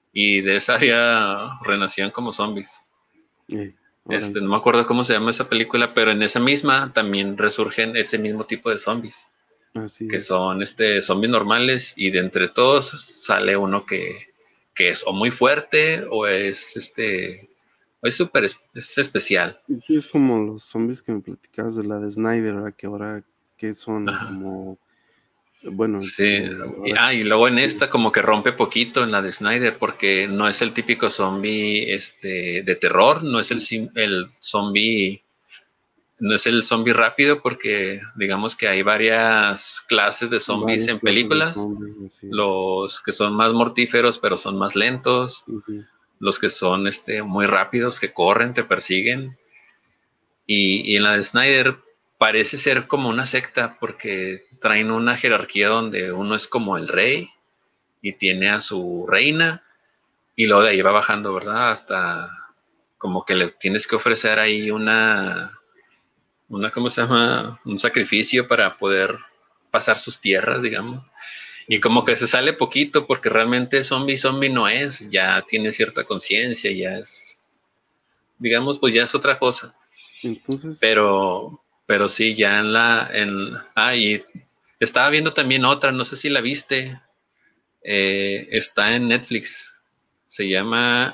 [SPEAKER 2] y de esa ya renacían como zombies.
[SPEAKER 1] Eh,
[SPEAKER 2] Este,
[SPEAKER 1] órale,
[SPEAKER 2] no me acuerdo cómo se llama esa película, pero en esa misma también resurgen ese mismo tipo de zombies,
[SPEAKER 1] así
[SPEAKER 2] que
[SPEAKER 1] es.
[SPEAKER 2] son este, zombies normales y de entre todos sale uno que, que es o muy fuerte o es este o es súper es, es especial.
[SPEAKER 1] Y sí, es como los zombies que me platicabas de la de Snyder, ¿verdad? Que ahora, ¿qué son?
[SPEAKER 2] Ajá.
[SPEAKER 1] Como, bueno,
[SPEAKER 2] Sí,
[SPEAKER 1] eh,
[SPEAKER 2] y,
[SPEAKER 1] ahora,
[SPEAKER 2] ah, y luego en esta como que rompe poquito en la de Snyder porque no es el típico zombie este, de terror, no es el, sim- el zombie, no es el zombie rápido porque digamos que hay varias clases de zombies
[SPEAKER 1] varias
[SPEAKER 2] en
[SPEAKER 1] clases de
[SPEAKER 2] películas,
[SPEAKER 1] zombies, así es.
[SPEAKER 2] los que son más mortíferos pero son más lentos,
[SPEAKER 1] Ujú.
[SPEAKER 2] los que son este, muy rápidos, que corren, te persiguen, y, y en la de Snyder parece ser como una secta porque traen una jerarquía donde uno es como el rey y tiene a su reina y luego de ahí va bajando, ¿verdad? Hasta como que le tienes que ofrecer ahí una, una ¿cómo se llama? Un sacrificio para poder pasar sus tierras, digamos. Y
[SPEAKER 1] Así
[SPEAKER 2] como que
[SPEAKER 1] es.
[SPEAKER 2] se sale poquito porque realmente zombie zombie no es, ya tiene cierta conciencia, ya es, digamos, pues ya es otra cosa.
[SPEAKER 1] Entonces,
[SPEAKER 2] Pero, pero sí, ya en la, en, ah, y estaba viendo también otra, no sé si la viste, eh, está en Netflix, se llama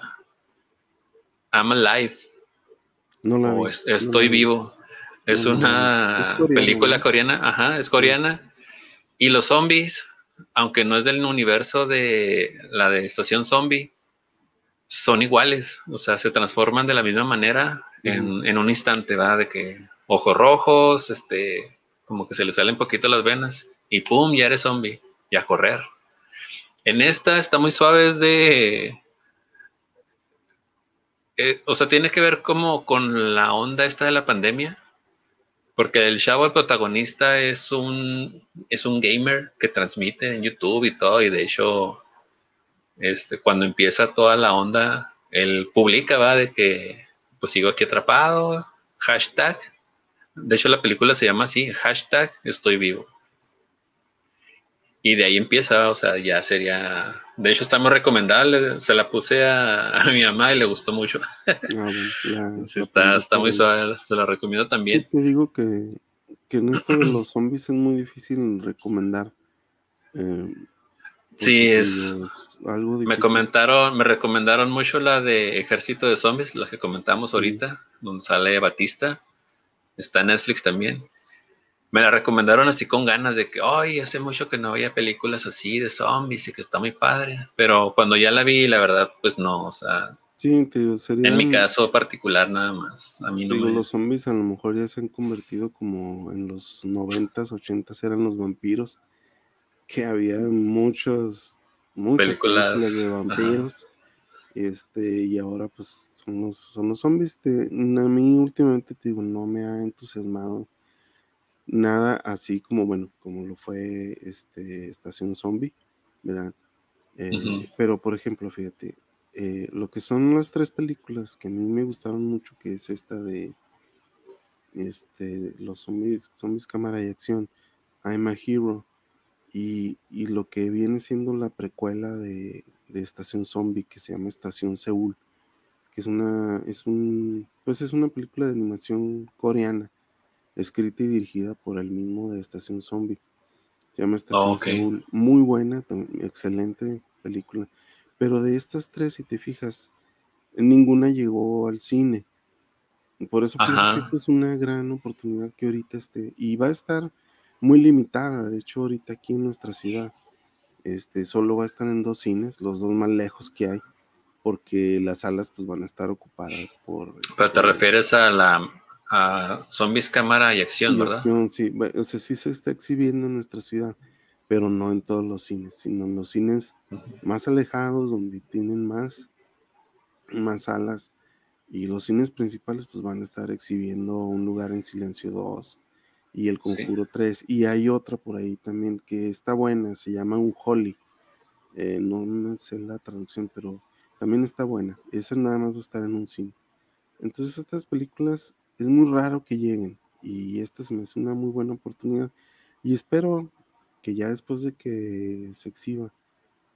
[SPEAKER 2] I'm Alive
[SPEAKER 1] no la
[SPEAKER 2] o
[SPEAKER 1] vi,
[SPEAKER 2] es-
[SPEAKER 1] no la
[SPEAKER 2] Estoy
[SPEAKER 1] vi,
[SPEAKER 2] Vivo.
[SPEAKER 1] no,
[SPEAKER 2] Es
[SPEAKER 1] no la vi. Es
[SPEAKER 2] una
[SPEAKER 1] coreana,
[SPEAKER 2] película
[SPEAKER 1] ¿verdad?
[SPEAKER 2] coreana, ajá, es
[SPEAKER 1] Sí.
[SPEAKER 2] coreana. Y los zombies, aunque no es del universo de la de Estación Zombie, son iguales, o sea, se transforman de la misma manera
[SPEAKER 1] Ujú.
[SPEAKER 2] en, en un instante, va, de que ojos rojos, este, como que se le salen un poquito las venas y pum, ya eres zombie, y a correr. En esta está muy suave, es de, eh, o sea, tiene que ver como con la onda esta de la pandemia, porque el chavo, el protagonista, es un, es un gamer que transmite en YouTube y todo, y de hecho, este, cuando empieza toda la onda, él publica, va, de que pues sigo aquí atrapado, hashtag, de hecho la película se llama así, hashtag estoy vivo. Y de ahí empieza, o sea, ya sería, de hecho está muy recomendable, se la puse a, a mi mamá y le gustó mucho.
[SPEAKER 1] Ah, bueno, la,
[SPEAKER 2] Sí,
[SPEAKER 1] la
[SPEAKER 2] está,
[SPEAKER 1] pondré
[SPEAKER 2] está
[SPEAKER 1] por
[SPEAKER 2] muy
[SPEAKER 1] ahí.
[SPEAKER 2] suave, se la recomiendo
[SPEAKER 1] Sí,
[SPEAKER 2] también.
[SPEAKER 1] te digo que, que en esto de los zombies es muy difícil recomendar, eh, porque
[SPEAKER 2] Sí,
[SPEAKER 1] te
[SPEAKER 2] es,
[SPEAKER 1] digo, es algo
[SPEAKER 2] me
[SPEAKER 1] difícil.
[SPEAKER 2] comentaron, me recomendaron mucho la de Ejército de Zombies, la que comentamos
[SPEAKER 1] Ujú.
[SPEAKER 2] ahorita, donde sale Batista, está en Netflix también. Me la recomendaron así con ganas de que, ay, hace mucho que no había películas así de zombies y que está muy padre. Pero cuando ya la vi, la verdad, pues no, o sea,
[SPEAKER 1] Sí, te digo,
[SPEAKER 2] en mi
[SPEAKER 1] serían,
[SPEAKER 2] caso particular nada más. A mí
[SPEAKER 1] te
[SPEAKER 2] no
[SPEAKER 1] digo,
[SPEAKER 2] me...
[SPEAKER 1] los zombies a lo mejor ya se han convertido como en los noventas, ochentas eran los vampiros, que había muchos, muchas películas de
[SPEAKER 2] Películas, ajá.
[SPEAKER 1] vampiros, este, y ahora pues son los, son los zombies. Te- a mí últimamente, te digo, no me ha entusiasmado nada así como, bueno, como lo fue este Estación Zombie, ¿verdad?
[SPEAKER 2] Ujú.
[SPEAKER 1] Eh, pero por ejemplo, fíjate, eh, lo que son las tres películas que a mí me gustaron mucho, que es esta de este, los zombies, zombies cámara y acción, I'm a Hero, y, y lo que viene siendo la precuela de, de Estación Zombie, que se llama Estación Seúl, que es una, es un, pues es una película de animación coreana, escrita y dirigida por el mismo de Estación Zombie. Se llama
[SPEAKER 2] Oh,
[SPEAKER 1] Estación
[SPEAKER 2] ok,
[SPEAKER 1] Seúl, muy buena, excelente película. Pero de estas tres, si te fijas, ninguna llegó al cine. Y por eso pienso que esta
[SPEAKER 2] ajá.
[SPEAKER 1] es una gran oportunidad que ahorita esté, y va a estar muy limitada. De hecho, ahorita aquí en nuestra ciudad, este, solo va a estar en dos cines, los dos más lejos que hay, porque las salas pues van a estar ocupadas por
[SPEAKER 2] Pero te
[SPEAKER 1] este
[SPEAKER 2] refieres a la a zombies cámara y acción,
[SPEAKER 1] y
[SPEAKER 2] ¿verdad?
[SPEAKER 1] acción, sí, bu- o sea, sí se está exhibiendo en nuestra ciudad, pero no en todos los cines, sino en los cines más alejados, donde tienen más, más salas, y los cines principales pues van a estar exhibiendo Un Lugar en Silencio dos y El
[SPEAKER 2] Sí.
[SPEAKER 1] Conjuro tres, y hay otra por ahí también que está buena, se llama Unholy, eh, no, no sé la traducción, pero también está buena, esa nada más va a estar en un cine. Entonces estas películas es muy raro que lleguen, y esta se me hace una muy buena oportunidad, y espero que ya después de que se exhiba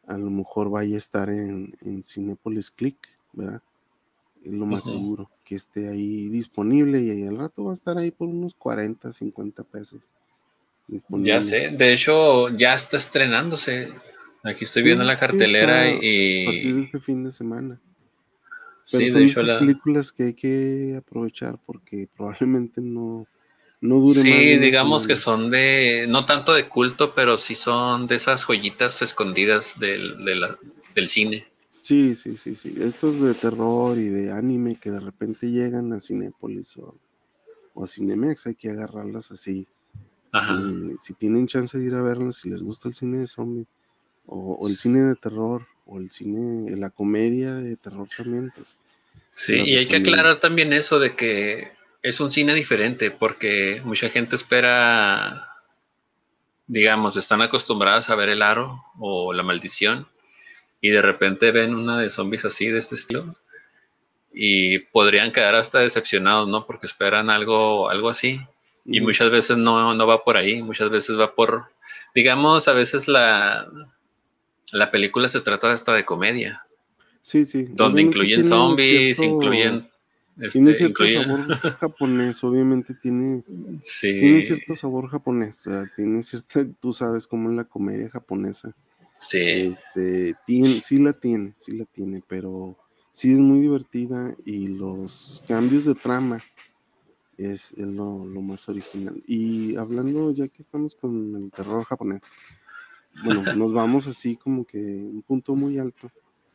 [SPEAKER 1] a lo mejor vaya a estar en, en Cinépolis Click, ¿verdad? Es lo más
[SPEAKER 2] Ujú.
[SPEAKER 1] seguro, que esté ahí disponible y ahí al rato va a estar ahí por unos cuarenta, cincuenta pesos
[SPEAKER 2] Ya
[SPEAKER 1] disponible.
[SPEAKER 2] sé, de hecho ya está estrenándose. Aquí estoy viendo
[SPEAKER 1] Sí,
[SPEAKER 2] la
[SPEAKER 1] sí,
[SPEAKER 2] cartelera
[SPEAKER 1] está a partir de
[SPEAKER 2] y
[SPEAKER 1] este fin de semana. Pero
[SPEAKER 2] sí, de
[SPEAKER 1] son de
[SPEAKER 2] hecho
[SPEAKER 1] esas
[SPEAKER 2] la...
[SPEAKER 1] películas que hay que aprovechar porque probablemente no, no dure más de
[SPEAKER 2] Sí,
[SPEAKER 1] una
[SPEAKER 2] digamos que
[SPEAKER 1] semana.
[SPEAKER 2] son de, no tanto de culto, pero sí son de esas joyitas escondidas del, de la- del cine.
[SPEAKER 1] Sí, sí, sí, sí. Estos de terror y de anime que de repente llegan a Cinépolis o, o a Cinemex, hay que agarrarlas así.
[SPEAKER 2] Ajá.
[SPEAKER 1] Y si tienen chance de ir a verlas, si les gusta el cine de zombies, o, o el cine de terror, o el cine, la comedia de terror también, pues se
[SPEAKER 2] Sí,
[SPEAKER 1] las
[SPEAKER 2] y hay que
[SPEAKER 1] recomiendo.
[SPEAKER 2] aclarar también eso de que es un cine diferente, porque mucha gente espera, digamos, están acostumbradas a ver El Aro o La Maldición, y de repente ven una de zombies así, de este estilo, y podrían quedar hasta decepcionados, ¿no? Porque esperan algo, algo así. Y
[SPEAKER 1] Ujú.
[SPEAKER 2] muchas veces no, no va por ahí, muchas veces va por, digamos, a veces la, la película se trata hasta de comedia,
[SPEAKER 1] Sí, sí,
[SPEAKER 2] donde
[SPEAKER 1] obviamente
[SPEAKER 2] incluyen
[SPEAKER 1] tiene
[SPEAKER 2] zombies,
[SPEAKER 1] cierto,
[SPEAKER 2] incluyen,
[SPEAKER 1] tiene
[SPEAKER 2] este,
[SPEAKER 1] cierto
[SPEAKER 2] incluyen,
[SPEAKER 1] sabor japonés, obviamente tiene, tiene
[SPEAKER 2] sí,
[SPEAKER 1] cierto sabor japonés, o sea, tiene cierta, tú sabes cómo es la comedia japonesa.
[SPEAKER 2] sí,
[SPEAKER 1] Este, tiene, sí la tiene, sí la tiene, pero sí es muy divertida y los cambios de trama es, es lo, lo más original. Y hablando, ya que estamos con el terror japonés, bueno, nos vamos así como que un punto muy alto.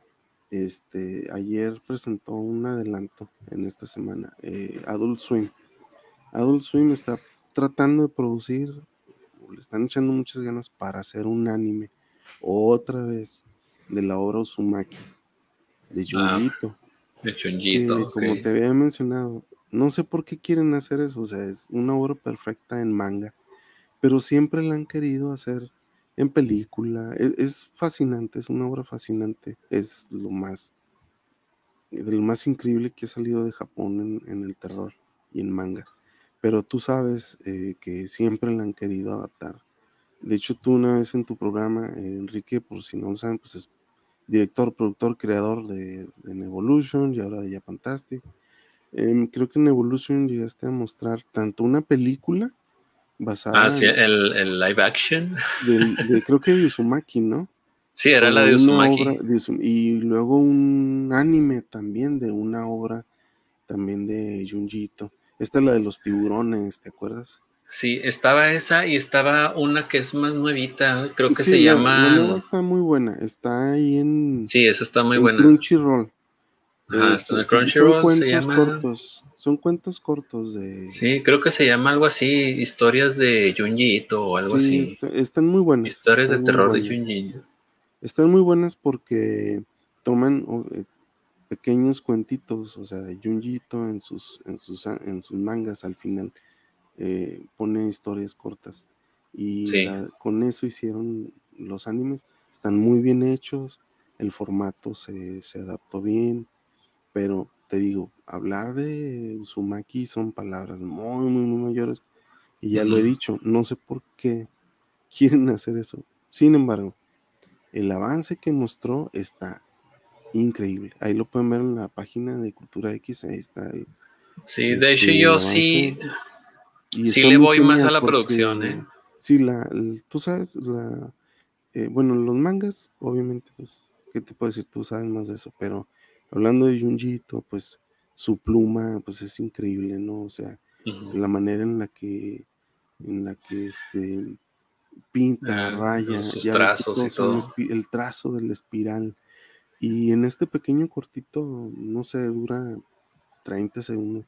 [SPEAKER 1] Este, ayer presentó un adelanto en esta semana, eh, Adult Swim. Adult Swim está tratando de producir, le están echando muchas ganas para hacer un anime, otra vez, de la obra Uzumaki, de
[SPEAKER 2] ah,
[SPEAKER 1] Junji Ito,
[SPEAKER 2] de Chunjito,
[SPEAKER 1] que
[SPEAKER 2] ok,
[SPEAKER 1] como te había mencionado, no sé por qué quieren hacer eso, o sea, es una obra perfecta en manga, pero siempre la han querido hacer en película, es, es fascinante, es una obra fascinante, es lo más, de lo más increíble que ha salido de Japón en, en el terror y en manga, pero tú sabes eh, que siempre la han querido adaptar. De hecho, tú una vez en tu programa, eh, Enrique, por si no lo saben, pues es director, productor, creador de, de Nevolution y ahora de Japantastic. Eh, creo que en Evolution llegaste a mostrar tanto una película
[SPEAKER 2] ah,
[SPEAKER 1] basada
[SPEAKER 2] sí,
[SPEAKER 1] en,
[SPEAKER 2] el, el live action,
[SPEAKER 1] del- de, creo que de Uzumaki, ¿no?
[SPEAKER 2] sí, era
[SPEAKER 1] O
[SPEAKER 2] la
[SPEAKER 1] de
[SPEAKER 2] de
[SPEAKER 1] una obra,
[SPEAKER 2] Uzumaki,
[SPEAKER 1] de Uzum- y luego un anime también de una obra también de Junji Ito. Esta es la de los tiburones, ¿te acuerdas?
[SPEAKER 2] sí, estaba esa y estaba una que es más nuevita, creo que
[SPEAKER 1] Sí,
[SPEAKER 2] se
[SPEAKER 1] la, la nueva
[SPEAKER 2] llaman,
[SPEAKER 1] está muy buena, está ahí en,
[SPEAKER 2] sí, esa está muy
[SPEAKER 1] en
[SPEAKER 2] buena,
[SPEAKER 1] Crunchyroll.
[SPEAKER 2] ajá,
[SPEAKER 1] Eh,
[SPEAKER 2] está en
[SPEAKER 1] so-
[SPEAKER 2] el
[SPEAKER 1] sí, son
[SPEAKER 2] Crunchyroll, se
[SPEAKER 1] cuentos
[SPEAKER 2] llama,
[SPEAKER 1] cortos, son cuentos cortos de...
[SPEAKER 2] sí, creo que se llama algo así, historias de Junji Ito o algo
[SPEAKER 1] Sí,
[SPEAKER 2] así,
[SPEAKER 1] es- están muy buenas,
[SPEAKER 2] historias de
[SPEAKER 1] están muy
[SPEAKER 2] terror de
[SPEAKER 1] buenas.
[SPEAKER 2] Junji Ito.
[SPEAKER 1] Están muy buenas porque toman o, eh, pequeños cuentitos, o sea, de Junji Ito en sus, en sus, a- en sus mangas al final eh, pone historias cortas y
[SPEAKER 2] Sí,
[SPEAKER 1] la, con eso hicieron los animes. Están muy bien hechos, el formato se, se adaptó bien, pero te digo, hablar de Uzumaki son palabras muy, muy, muy mayores y ya lo he
[SPEAKER 2] ujú,
[SPEAKER 1] dicho, no sé por qué quieren hacer eso. Sin embargo, el avance que mostró está increíble. Ahí lo pueden ver en la página de Cultura X, ahí está el,
[SPEAKER 2] sí, de hecho
[SPEAKER 1] este, el
[SPEAKER 2] yo sí,
[SPEAKER 1] avance y
[SPEAKER 2] sí
[SPEAKER 1] está
[SPEAKER 2] le
[SPEAKER 1] muy
[SPEAKER 2] voy más a
[SPEAKER 1] genial
[SPEAKER 2] la producción, ¿eh?
[SPEAKER 1] porque sí, la, el- tú sabes, la, eh, bueno, los mangas, obviamente, pues, ¿qué te puedo decir? Tú sabes más de eso, pero hablando de Junji Ito, pues su pluma, pues es increíble, ¿no? O sea,
[SPEAKER 2] Ujú.
[SPEAKER 1] la manera en la que, en la que este, pinta,
[SPEAKER 2] Eh, los-
[SPEAKER 1] raya,
[SPEAKER 2] sus
[SPEAKER 1] ya ves que
[SPEAKER 2] trazos y
[SPEAKER 1] todos son
[SPEAKER 2] todo.
[SPEAKER 1] espi- el trazo de la espiral. Y en este pequeño cortito, no sé, dura treinta segundos.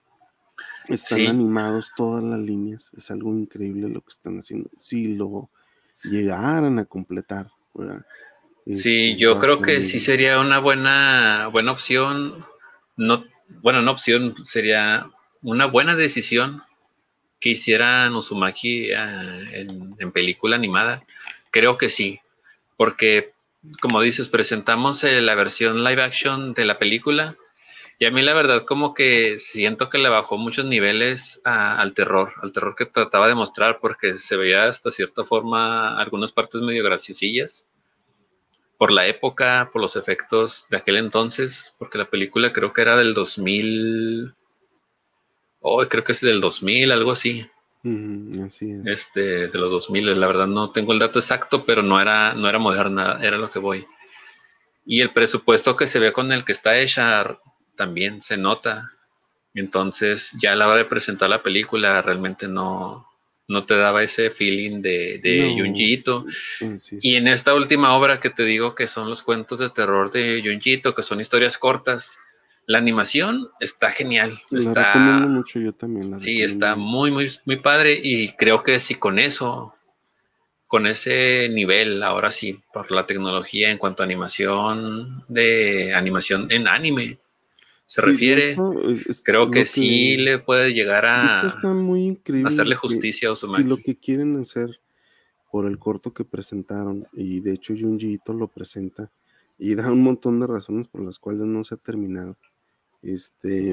[SPEAKER 1] Están
[SPEAKER 2] Sí,
[SPEAKER 1] animados todas las líneas, es algo increíble lo que están haciendo. Si lo llegaran a completar, ¿verdad?
[SPEAKER 2] sí,
[SPEAKER 1] Este,
[SPEAKER 2] yo
[SPEAKER 1] va a
[SPEAKER 2] creo
[SPEAKER 1] estar
[SPEAKER 2] que
[SPEAKER 1] muy
[SPEAKER 2] sí
[SPEAKER 1] bien.
[SPEAKER 2] sería una buena, buena opción. No, bueno, no opción, sería una buena decisión que hicieran Uzumaki eh, en, en película animada. Creo que sí, porque como dices, presentamos eh, la versión live action de la película y a mí la verdad como que siento que le bajó muchos niveles a- al terror, al terror que trataba de mostrar porque se veía hasta cierta forma algunas partes medio graciosillas por la época, por los efectos de aquel entonces, porque la película creo que era del dos mil, oh, creo que es del dos mil, algo así,
[SPEAKER 1] Mm, así es.
[SPEAKER 2] este, de los dos mil, la verdad no tengo el dato exacto, pero no era, no era moderna, era lo que voy. Y el presupuesto que se ve con el que está hecha también se nota. Entonces, ya a la hora de presentar la película, realmente no, no te daba ese feeling de, de
[SPEAKER 1] No,
[SPEAKER 2] Junji Ito.
[SPEAKER 1] así
[SPEAKER 2] Y
[SPEAKER 1] es.
[SPEAKER 2] en esta última obra que te digo que son los cuentos de terror de Junji Ito, que son historias cortas, la animación está genial.
[SPEAKER 1] La recomiendo
[SPEAKER 2] Está,
[SPEAKER 1] mucho, yo también la
[SPEAKER 2] sí,
[SPEAKER 1] recomiendo
[SPEAKER 2] está
[SPEAKER 1] mucho.
[SPEAKER 2] muy, muy, muy padre. Y creo que si con eso, con ese nivel, ahora sí, por la tecnología en cuanto a animación, de animación en anime se
[SPEAKER 1] Sí, de
[SPEAKER 2] refiere,
[SPEAKER 1] hecho, es, es
[SPEAKER 2] creo que
[SPEAKER 1] lo que,
[SPEAKER 2] sí le puede llegar
[SPEAKER 1] de hecho
[SPEAKER 2] a
[SPEAKER 1] está muy increíble
[SPEAKER 2] hacerle
[SPEAKER 1] lo que,
[SPEAKER 2] justicia a
[SPEAKER 1] si lo
[SPEAKER 2] Uzumaki.
[SPEAKER 1] que quieren hacer por el corto que presentaron, y de hecho Junji Ito lo presenta y da un montón de razones por las cuales no se ha terminado. Este,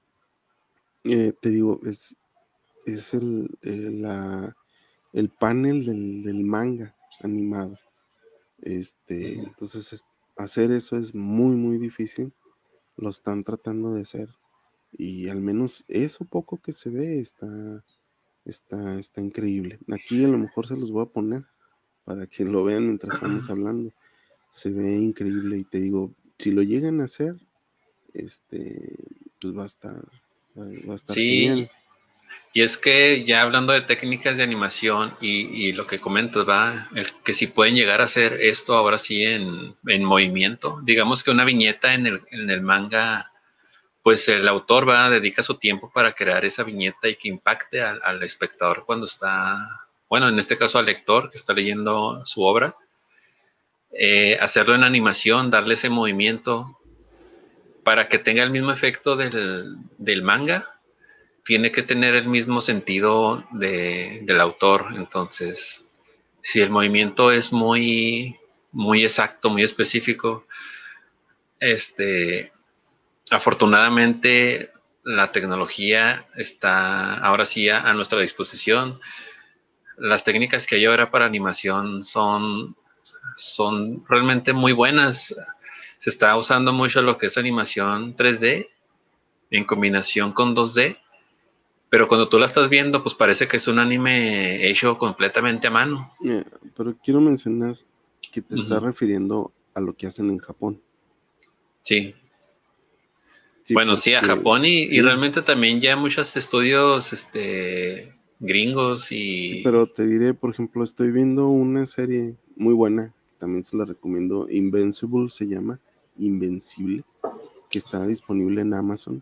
[SPEAKER 1] eh, te digo, es, es el, eh, la, el panel del, del manga animado. Este, entonces es- hacer eso es muy, muy difícil. Lo están tratando de hacer. Y al menos eso poco que se ve está, está, está increíble. Aquí a lo mejor se los voy a poner para que lo vean mientras estamos hablando. Se ve increíble y te digo, si lo llegan a hacer, este, pues va a estar, va, va a estar
[SPEAKER 2] Sí,
[SPEAKER 1] genial.
[SPEAKER 2] y es que ya hablando de técnicas de animación y, y lo que comentas, va, el que si pueden llegar a hacer esto ahora sí en, en movimiento, digamos que una viñeta en el, en el manga, pues el autor va, dedica su tiempo para crear esa viñeta y que impacte al, al espectador cuando está, bueno, en este caso al lector que está leyendo su obra, eh, hacerlo en animación, darle ese movimiento para que tenga el mismo efecto del, del manga, tiene que tener el mismo sentido de, del autor. Entonces, si el movimiento es muy, muy exacto, muy específico, este, afortunadamente la tecnología está ahora sí a, a nuestra disposición. Las técnicas que hay ahora para animación son, son realmente muy buenas. Se está usando mucho lo que es animación tres D en combinación con dos D, pero cuando tú la estás viendo, pues parece que es un anime hecho completamente a mano.
[SPEAKER 1] Eh, pero quiero mencionar que te
[SPEAKER 2] Uh
[SPEAKER 1] estás
[SPEAKER 2] -huh.
[SPEAKER 1] refiriendo a lo que hacen en Japón.
[SPEAKER 2] Sí.
[SPEAKER 1] Sí,
[SPEAKER 2] Bueno, sí, a
[SPEAKER 1] porque
[SPEAKER 2] Japón y, y
[SPEAKER 1] sí,
[SPEAKER 2] realmente también ya muchos estudios este, gringos
[SPEAKER 1] sí, pero
[SPEAKER 2] y...
[SPEAKER 1] te diré, por ejemplo, estoy viendo una serie muy buena, también se la recomiendo, Invincible se llama, Invencible, que está disponible en Amazon.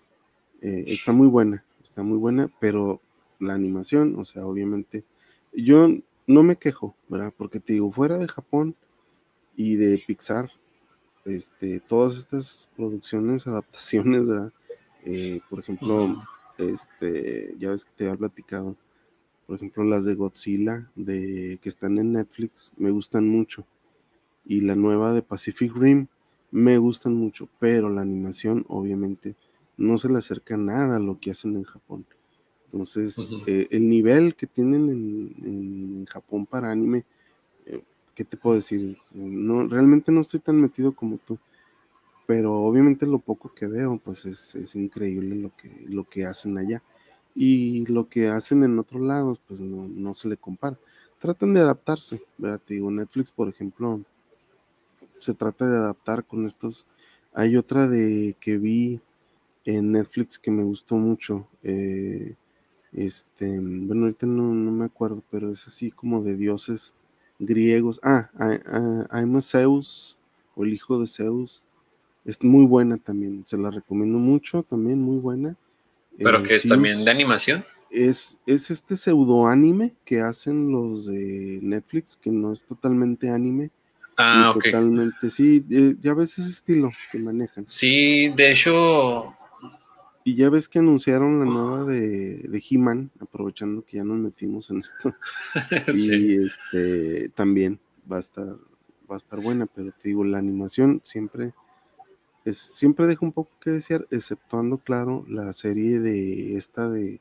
[SPEAKER 1] Eh, está muy buena, está muy buena, pero la animación, o sea, obviamente, yo no me quejo, ¿verdad? Porque te digo, fuera de Japón y de Pixar, este, todas estas producciones, adaptaciones, ¿verdad? Eh, por
[SPEAKER 2] Uh -huh.
[SPEAKER 1] ejemplo, este, ya ves que te había platicado, por ejemplo, las de Godzilla, de, que están en Netflix, me gustan mucho. Y la nueva de Pacific Rim, me gustan mucho, pero la animación, obviamente, no se le acerca nada a lo que hacen en Japón.
[SPEAKER 2] Uh
[SPEAKER 1] Entonces,
[SPEAKER 2] -huh.
[SPEAKER 1] eh, el nivel que tienen en, en, en Japón para anime, eh, ¿qué te puedo decir? Eh, no, realmente no estoy tan metido como tú, pero obviamente lo poco que veo, pues es, es increíble lo que, lo que hacen allá. Y lo que hacen en otros lados, pues no, no se le compara. Tratan de adaptarse, ¿verdad? Te digo, Netflix, por ejemplo, se trata de adaptar con estos. Hay otra de que vi en Netflix que me gustó mucho. Eh, este, bueno, ahorita no, no me acuerdo, pero es así como de dioses griegos. Ah, I, I, I'm a Zeus, o el hijo de Zeus. Es muy buena también, se la recomiendo mucho, también muy buena.
[SPEAKER 2] Pero
[SPEAKER 1] Eh,
[SPEAKER 2] que es también de
[SPEAKER 1] Zeus
[SPEAKER 2] animación.
[SPEAKER 1] es, es este pseudo anime que hacen los de Netflix, que no es totalmente anime, ni
[SPEAKER 2] Ah, ok.
[SPEAKER 1] totalmente, sí, eh, ya ves ese estilo que manejan.
[SPEAKER 2] Sí, de hecho...
[SPEAKER 1] Y ya ves que anunciaron la nueva de, de He-Man, aprovechando que ya nos metimos en esto.
[SPEAKER 2] sí.
[SPEAKER 1] Y este también va a estar, va a estar buena, pero te digo, la animación siempre es, siempre deja un poco que desear, exceptuando, claro, la serie de esta de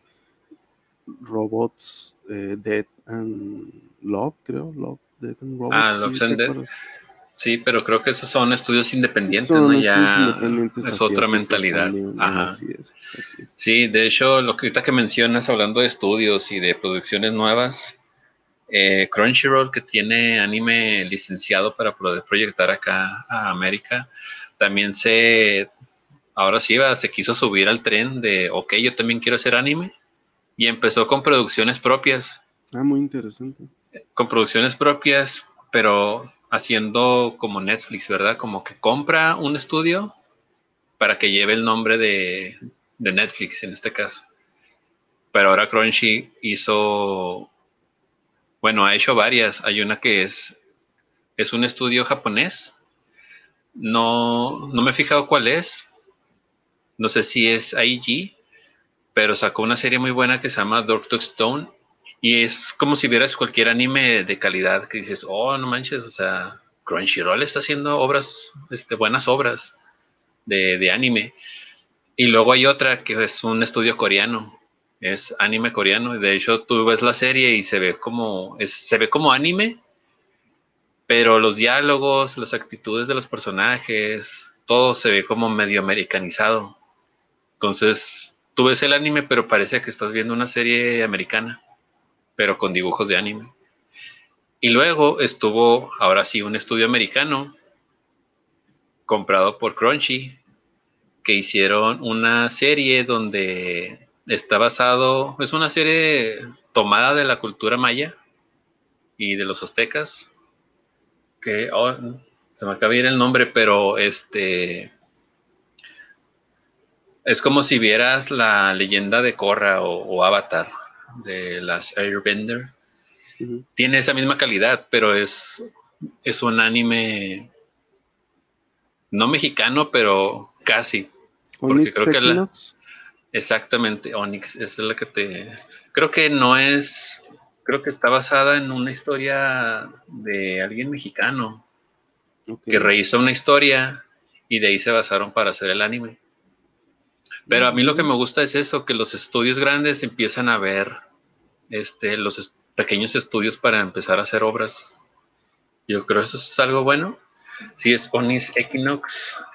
[SPEAKER 1] Robots, eh, Dead and Love, creo, Love, Dead and
[SPEAKER 2] Ah,
[SPEAKER 1] Robots,
[SPEAKER 2] Love
[SPEAKER 1] ¿sí te
[SPEAKER 2] and Death.
[SPEAKER 1] acuerdas?
[SPEAKER 2] Sí, pero creo que esos son estudios independientes, ¿no?
[SPEAKER 1] Son estudios
[SPEAKER 2] Ya
[SPEAKER 1] independientes
[SPEAKER 2] es otra
[SPEAKER 1] asiáticos
[SPEAKER 2] mentalidad.
[SPEAKER 1] también,
[SPEAKER 2] Ajá.
[SPEAKER 1] así es, así es.
[SPEAKER 2] Sí, de hecho, lo que ahorita que mencionas, hablando de estudios y de producciones nuevas, eh, Crunchyroll, que tiene anime licenciado para poder proyectar acá a América, también se, ahora sí, va, se quiso subir al tren de, ok, yo también quiero hacer anime, y empezó con producciones propias,
[SPEAKER 1] Ah, muy interesante.
[SPEAKER 2] con producciones propias, pero haciendo como Netflix, ¿verdad? Como que compra un estudio para que lleve el nombre de, de Netflix en este caso. Pero ahora Crunchy hizo, bueno, ha hecho varias. Hay una que es, es un estudio japonés. No, no me he fijado cuál es. No sé si es I G, pero sacó una serie muy buena que se llama Doctor Stone. Y es como si vieras cualquier anime de calidad que dices, oh, no manches, o sea, Crunchyroll está haciendo obras, este, buenas obras de, de anime. Y luego hay otra que es un estudio coreano, es anime coreano. De hecho, tú ves la serie y se ve como, es, se ve como anime, pero los diálogos, las actitudes de los personajes, todo se ve como medio americanizado. Entonces, tú ves el anime, pero parece que estás viendo una serie americana, pero con dibujos de anime. Y luego estuvo, ahora sí, un estudio americano comprado por Crunchy, que hicieron una serie donde está basado, es una serie tomada de la cultura maya y de los aztecas, que oh, se me acaba de ir el nombre, pero este es como si vieras la leyenda de Korra o, o Avatar de las Airbender.
[SPEAKER 1] Uh-huh.
[SPEAKER 2] Tiene esa misma calidad, pero es, es un anime no mexicano, pero casi, porque
[SPEAKER 1] Onyx
[SPEAKER 2] creo que la,
[SPEAKER 1] Equinox.
[SPEAKER 2] exactamente, Onyx, esa es la que te... Creo que no es... Creo que está basada en una historia de alguien mexicano
[SPEAKER 1] Ok.
[SPEAKER 2] que rehizo una historia y de ahí se basaron para hacer el anime. Pero a
[SPEAKER 1] Mm,
[SPEAKER 2] mí lo que
[SPEAKER 1] mira.
[SPEAKER 2] me gusta es eso, que los estudios grandes empiezan a ver este, los est- pequeños estudios para empezar a hacer obras. Yo creo que eso es algo bueno. Sí, es Onyx Equinox,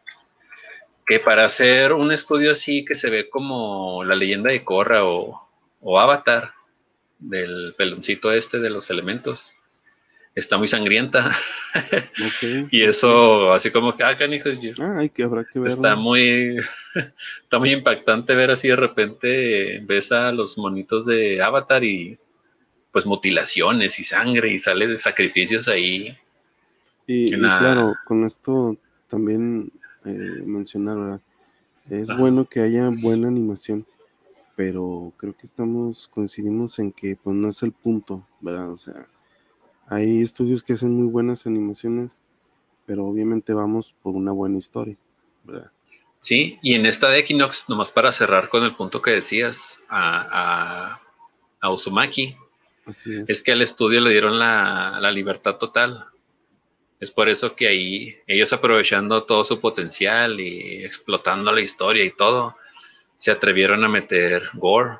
[SPEAKER 2] que para hacer un estudio así que se ve como la leyenda de Korra o, o Avatar, del peloncito este de los elementos, está muy sangrienta.
[SPEAKER 1] Ok,
[SPEAKER 2] Y
[SPEAKER 1] ok.
[SPEAKER 2] eso, así como que, ah, canijos,
[SPEAKER 1] Ah, hay que, habrá que
[SPEAKER 2] está
[SPEAKER 1] verlo.
[SPEAKER 2] muy, está muy impactante ver así de repente, ves a los monitos de Avatar y pues mutilaciones y sangre y sale de sacrificios ahí en
[SPEAKER 1] Y, y
[SPEAKER 2] la...
[SPEAKER 1] claro, con esto también eh, mencionar, ¿verdad? Es
[SPEAKER 2] Ajá.
[SPEAKER 1] bueno que haya buena animación, pero creo que estamos, coincidimos en que pues no es el punto, ¿verdad? O sea, hay estudios que hacen muy buenas animaciones, pero obviamente vamos por una buena historia, ¿verdad?
[SPEAKER 2] Sí, y en esta de Equinox, nomás para cerrar con el punto que decías a, a, a Uzumaki,
[SPEAKER 1] Así
[SPEAKER 2] es
[SPEAKER 1] es.
[SPEAKER 2] que al estudio le dieron la, la libertad total. Es por eso que ahí ellos aprovechando todo su potencial y explotando la historia y todo, se atrevieron a meter gore,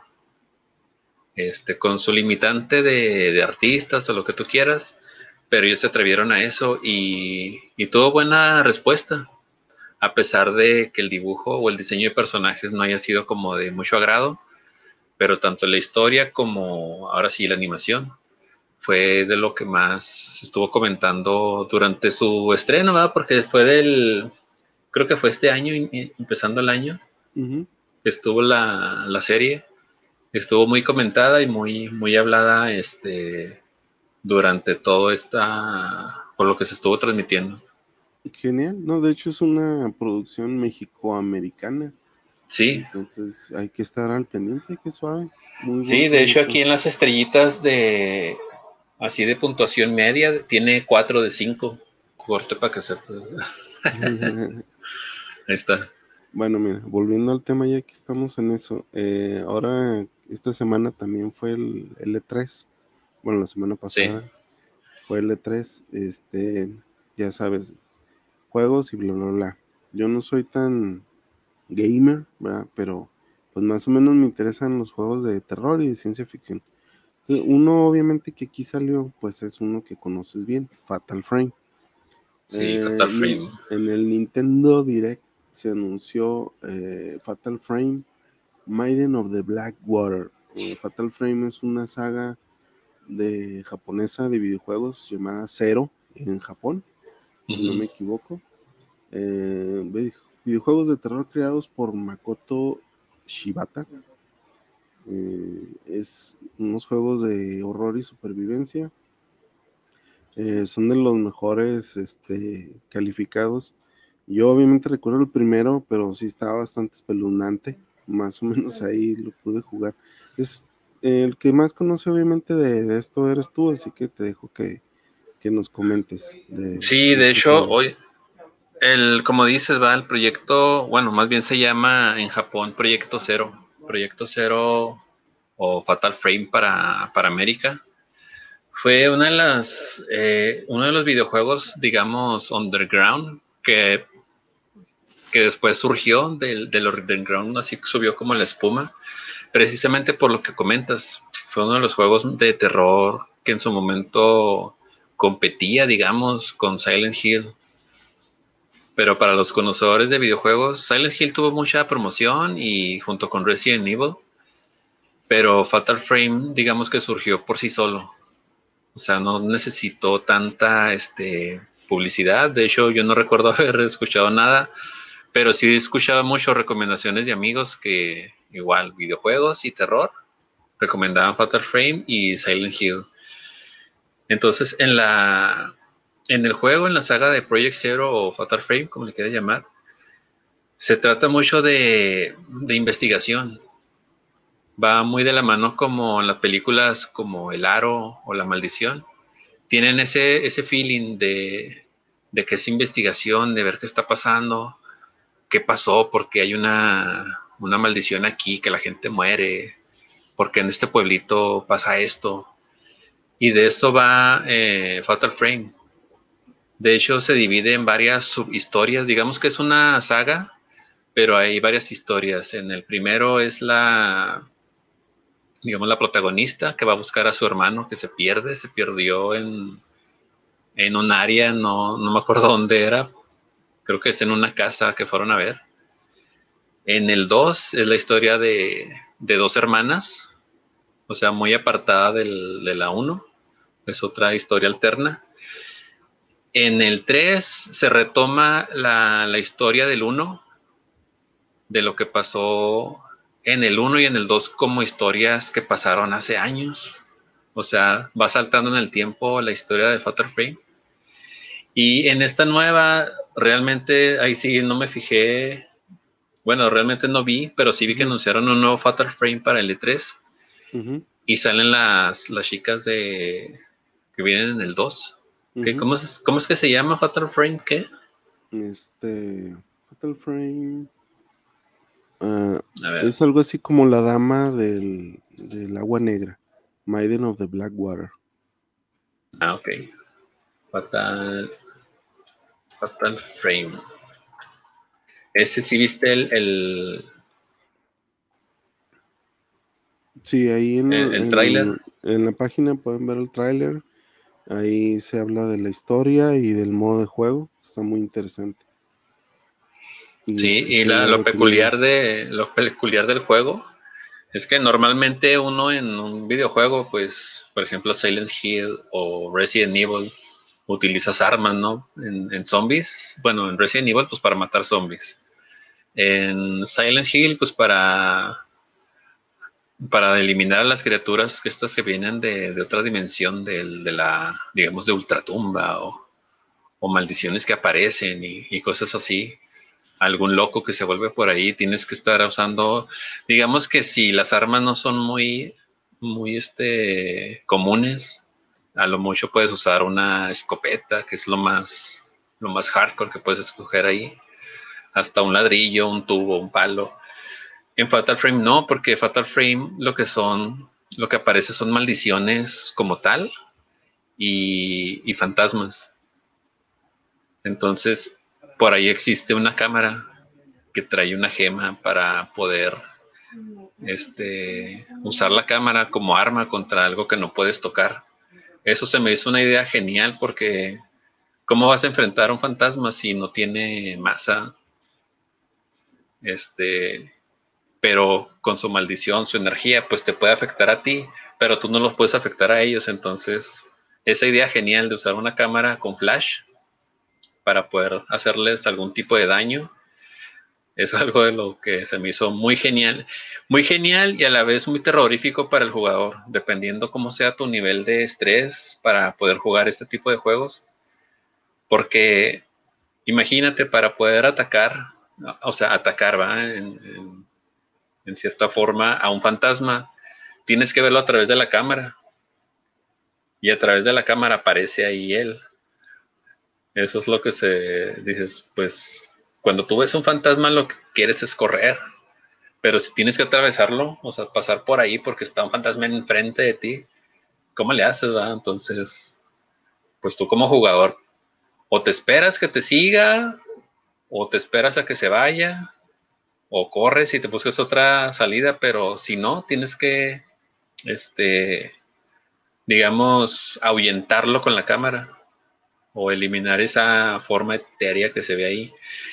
[SPEAKER 2] este, con su limitante de, de artistas o lo que tú quieras, pero ellos se atrevieron a eso y, y tuvo buena respuesta, a pesar de que el dibujo o el diseño de personajes no haya sido como de mucho agrado, pero tanto la historia como ahora sí la animación fue de lo que más se estuvo comentando durante su estreno, ¿verdad? Porque fue del, creo que fue este año, empezando el año,
[SPEAKER 1] Ujú.
[SPEAKER 2] estuvo la, la serie, estuvo muy comentada y muy, muy hablada este, durante todo esta, por lo que se estuvo transmitiendo.
[SPEAKER 1] Genial. No, de hecho es una producción mexicoamericana.
[SPEAKER 2] Sí,
[SPEAKER 1] Entonces hay que estar al pendiente, qué suave. Muy buen
[SPEAKER 2] sí, de hecho
[SPEAKER 1] proyecto.
[SPEAKER 2] aquí en las estrellitas de, así de puntuación media, tiene cuatro de cinco. Corte para que se... Ahí está.
[SPEAKER 1] Bueno, mira, volviendo al tema, ya que estamos en eso, eh, ahora esta semana también fue el, el E tres, bueno, la semana
[SPEAKER 2] Sí.
[SPEAKER 1] pasada fue el E tres, este, ya sabes, juegos y bla, bla, bla. Yo no soy tan gamer, ¿verdad? Pero pues más o menos me interesan los juegos de terror y de ciencia ficción. Entonces, uno obviamente que aquí salió, pues es uno que conoces bien, Fatal Frame.
[SPEAKER 2] Sí,
[SPEAKER 1] Eh,
[SPEAKER 2] Fatal
[SPEAKER 1] nin-
[SPEAKER 2] Frame.
[SPEAKER 1] en el Nintendo Direct se anunció eh, Fatal Frame, Maiden of the Black Water. Eh, Fatal Frame es una saga de japonesa de videojuegos llamada Zero en Japón, si no
[SPEAKER 2] Ujú.
[SPEAKER 1] me equivoco. Eh, vide- videojuegos de terror creados por Makoto Shibata. Eh, es unos juegos de horror y supervivencia. Eh, son de los mejores este, calificados. Yo obviamente recuerdo el primero, pero sí estaba bastante espeluznante. Más o menos ahí lo pude jugar. Es eh, el que más conoce obviamente de, de esto eres tú, así que te dejo que, que nos comentes de,
[SPEAKER 2] Sí,
[SPEAKER 1] de
[SPEAKER 2] de
[SPEAKER 1] este
[SPEAKER 2] hecho,
[SPEAKER 1] juego.
[SPEAKER 2] hoy, el, como dices, va, el proyecto, bueno, más bien se llama en Japón Proyecto Cero. Proyecto Cero o Fatal Frame para, para América. Fue una de las, eh, uno de los videojuegos, digamos, underground, que, que después surgió del, del underground, así que subió como la espuma, precisamente por lo que comentas. Fue uno de los juegos de terror que en su momento competía, digamos, con Silent Hill. Pero para los conocedores de videojuegos, Silent Hill tuvo mucha promoción y junto con Resident Evil, pero Fatal Frame, digamos que surgió por sí solo. O sea, no necesitó tanta este, publicidad. De hecho, yo no recuerdo haber escuchado nada, pero sí escuchaba muchas recomendaciones de amigos que igual videojuegos y terror recomendaban Fatal Frame y Silent Hill. Entonces, en la en el juego, en la saga de Project Zero o Fatal Frame, como le quieras llamar, se trata mucho de, de investigación. Va muy de la mano como en las películas como El Aro o La Maldición. Tienen ese, ese feeling de, de que es investigación, de ver qué está pasando, qué pasó, porque hay una, una maldición aquí, que la gente muere, porque en este pueblito pasa esto. Y de eso va eh, Fatal Frame. De hecho, se divide en varias subhistorias. Digamos que es una saga, pero hay varias historias. En el primero es la, digamos, la protagonista que va a buscar a su hermano que se pierde, se perdió en, en un área, no, no me acuerdo dónde era, creo que es en una casa que fueron a ver. En el dos es la historia de, de dos hermanas, o sea, muy apartada del, de la uno, es otra historia alterna. En el tres se retoma la, la historia del uno, de lo que pasó en el uno y en el dos como historias que pasaron hace años. O sea, va saltando en el tiempo la historia de Fatal Frame. Y en esta nueva, realmente ahí sí no me fijé. Bueno, realmente no vi, pero sí vi que
[SPEAKER 1] Ujú,
[SPEAKER 2] anunciaron un nuevo Fatal Frame para el E tres
[SPEAKER 1] ujú,
[SPEAKER 2] y salen las, las chicas de que vienen en el dos. ¿Qué,
[SPEAKER 1] ujú.
[SPEAKER 2] cómo, es, ¿Cómo es que se llama Fatal Frame? ¿Qué?
[SPEAKER 1] Este, Fatal Frame. Ah,
[SPEAKER 2] A ver.
[SPEAKER 1] es algo así como la dama del, del agua negra, Maiden of the Black Water.
[SPEAKER 2] Ah, ok. Fatal, Fatal Frame. Ese sí viste el, el,
[SPEAKER 1] Sí, ahí en,
[SPEAKER 2] el,
[SPEAKER 1] el-
[SPEAKER 2] el tráiler.
[SPEAKER 1] en, en la página pueden ver el tráiler. Ahí se habla de la historia y del modo de juego. Está muy interesante. Y
[SPEAKER 2] Sí,
[SPEAKER 1] este
[SPEAKER 2] y
[SPEAKER 1] sí
[SPEAKER 2] la,
[SPEAKER 1] lo
[SPEAKER 2] lo
[SPEAKER 1] recomiendo.
[SPEAKER 2] peculiar de lo peculiar del juego es que normalmente uno en un videojuego, pues, por ejemplo, Silent Hill o Resident Evil, utilizas armas, ¿no? En, en zombies, bueno, en Resident Evil, pues para matar zombies. En Silent Hill, pues para, para eliminar a las criaturas que estas que vienen de, de otra dimensión, de, de la, digamos, de ultratumba o, o maldiciones que aparecen y, y cosas así. Algún loco que se vuelve por ahí, tienes que estar usando, digamos que si las armas no son muy, muy este, comunes, a lo mucho puedes usar una escopeta, que es lo más, lo más hardcore que puedes escoger ahí, hasta un ladrillo, un tubo, un palo. En Fatal Frame no, porque Fatal Frame lo que son, lo que aparece son maldiciones como tal y, y fantasmas. Entonces, por ahí existe una cámara que trae una gema para poder este, usar la cámara como arma contra algo que no puedes tocar. Eso se me hizo una idea genial porque ¿cómo vas a enfrentar a un fantasma si no tiene masa? Este, pero con su maldición, su energía, pues te puede afectar a ti, pero tú no los puedes afectar a ellos. Entonces, esa idea genial de usar una cámara con flash para poder hacerles algún tipo de daño es algo de lo que se me hizo muy genial. Muy genial y a la vez muy terrorífico para el jugador, dependiendo cómo sea tu nivel de estrés para poder jugar este tipo de juegos. Porque imagínate, para poder atacar, o sea, atacar, ¿va? En, en, en cierta forma, a un fantasma, tienes que verlo a través de la cámara. Y a través de la cámara aparece ahí él. Eso es lo que se dices, pues, cuando tú ves un fantasma, lo que quieres es correr. Pero si tienes que atravesarlo, o sea, pasar por ahí porque está un fantasma enfrente de ti, ¿cómo le haces, va? Entonces, pues tú como jugador, o te esperas que te siga, o te esperas a que se vaya, o corres y te buscas otra salida, pero si no, tienes que, este, digamos, ahuyentarlo con la cámara, o eliminar esa forma etérea que se ve ahí.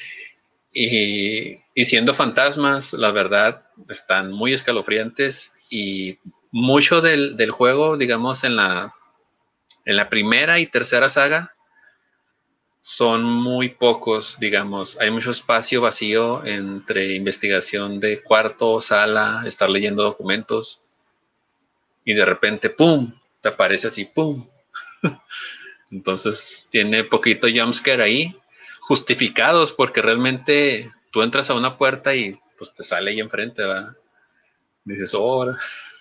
[SPEAKER 2] Y, y siendo fantasmas, la verdad, están muy escalofriantes y mucho del, del juego, digamos, en la, en la primera y tercera saga, son muy pocos, digamos. Hay mucho espacio vacío entre investigación de cuarto, sala, estar leyendo documentos y de repente, ¡pum!, te aparece así, ¡pum! Entonces tiene poquito jumpscare ahí, justificados porque realmente tú entras a una puerta y pues te sale ahí enfrente, ¿va? Dices, oh.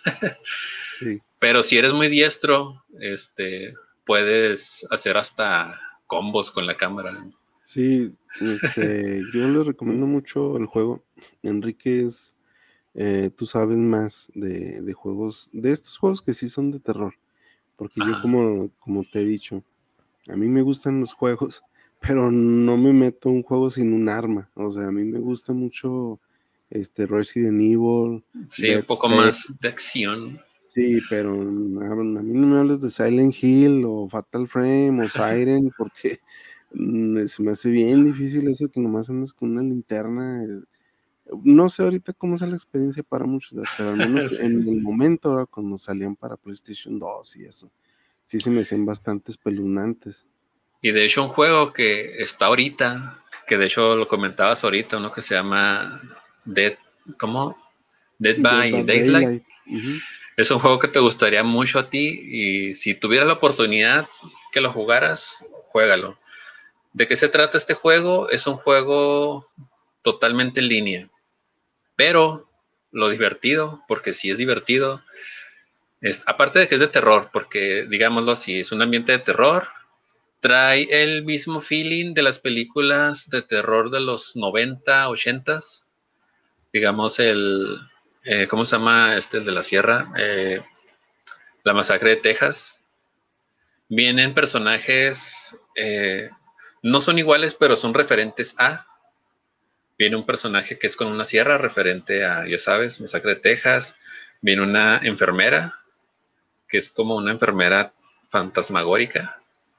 [SPEAKER 1] Sí.
[SPEAKER 2] Pero si eres muy diestro, este, puedes hacer hasta combos con la cámara.
[SPEAKER 1] Sí, este, yo le recomiendo mucho el juego. Enrique es, eh, tú sabes más de, de juegos, de estos juegos que sí son de terror, porque yo
[SPEAKER 2] Ajá.
[SPEAKER 1] como, como te he dicho, a mí me gustan los juegos, pero no me meto a un juego sin un arma. O sea, a mí me gusta mucho este Resident Evil,
[SPEAKER 2] Sí, un
[SPEAKER 1] Dead
[SPEAKER 2] poco
[SPEAKER 1] Space.
[SPEAKER 2] más de acción.
[SPEAKER 1] Sí, pero a, a mí no me hables de Silent Hill o Fatal Frame o Siren porque mm, se me hace bien difícil eso que nomás andas con una linterna. es- No sé ahorita cómo es la experiencia para muchos, ¿verdad? Pero al menos
[SPEAKER 2] Sí.
[SPEAKER 1] en el momento, ¿verdad? Cuando salían para PlayStation dos y eso, sí se me hacían bastante espeluznantes.
[SPEAKER 2] Y de hecho un juego que está ahorita, que de hecho lo comentabas ahorita, uno que se llama Dead, ¿cómo? Dead
[SPEAKER 1] Dead
[SPEAKER 2] by
[SPEAKER 1] by
[SPEAKER 2] Daylight.
[SPEAKER 1] Daylight. Ujú.
[SPEAKER 2] Es un juego que te gustaría mucho a ti y si tuvieras la oportunidad que lo jugaras, juégalo. ¿De qué se trata este juego? Es un juego totalmente en línea, pero lo divertido, porque sí es divertido, es, aparte de que es de terror, porque digámoslo así, es un ambiente de terror, trae el mismo feeling de las películas de terror de los noventa, ochenta, digamos el, eh, ¿cómo se llama este, el de la sierra? Eh, la masacre de Texas. Vienen personajes, eh, no son iguales, pero son referentes a. Viene un personaje que es con una sierra, referente a, ya sabes, Masacre de Texas. Viene una enfermera, que es como una enfermera fantasmagórica.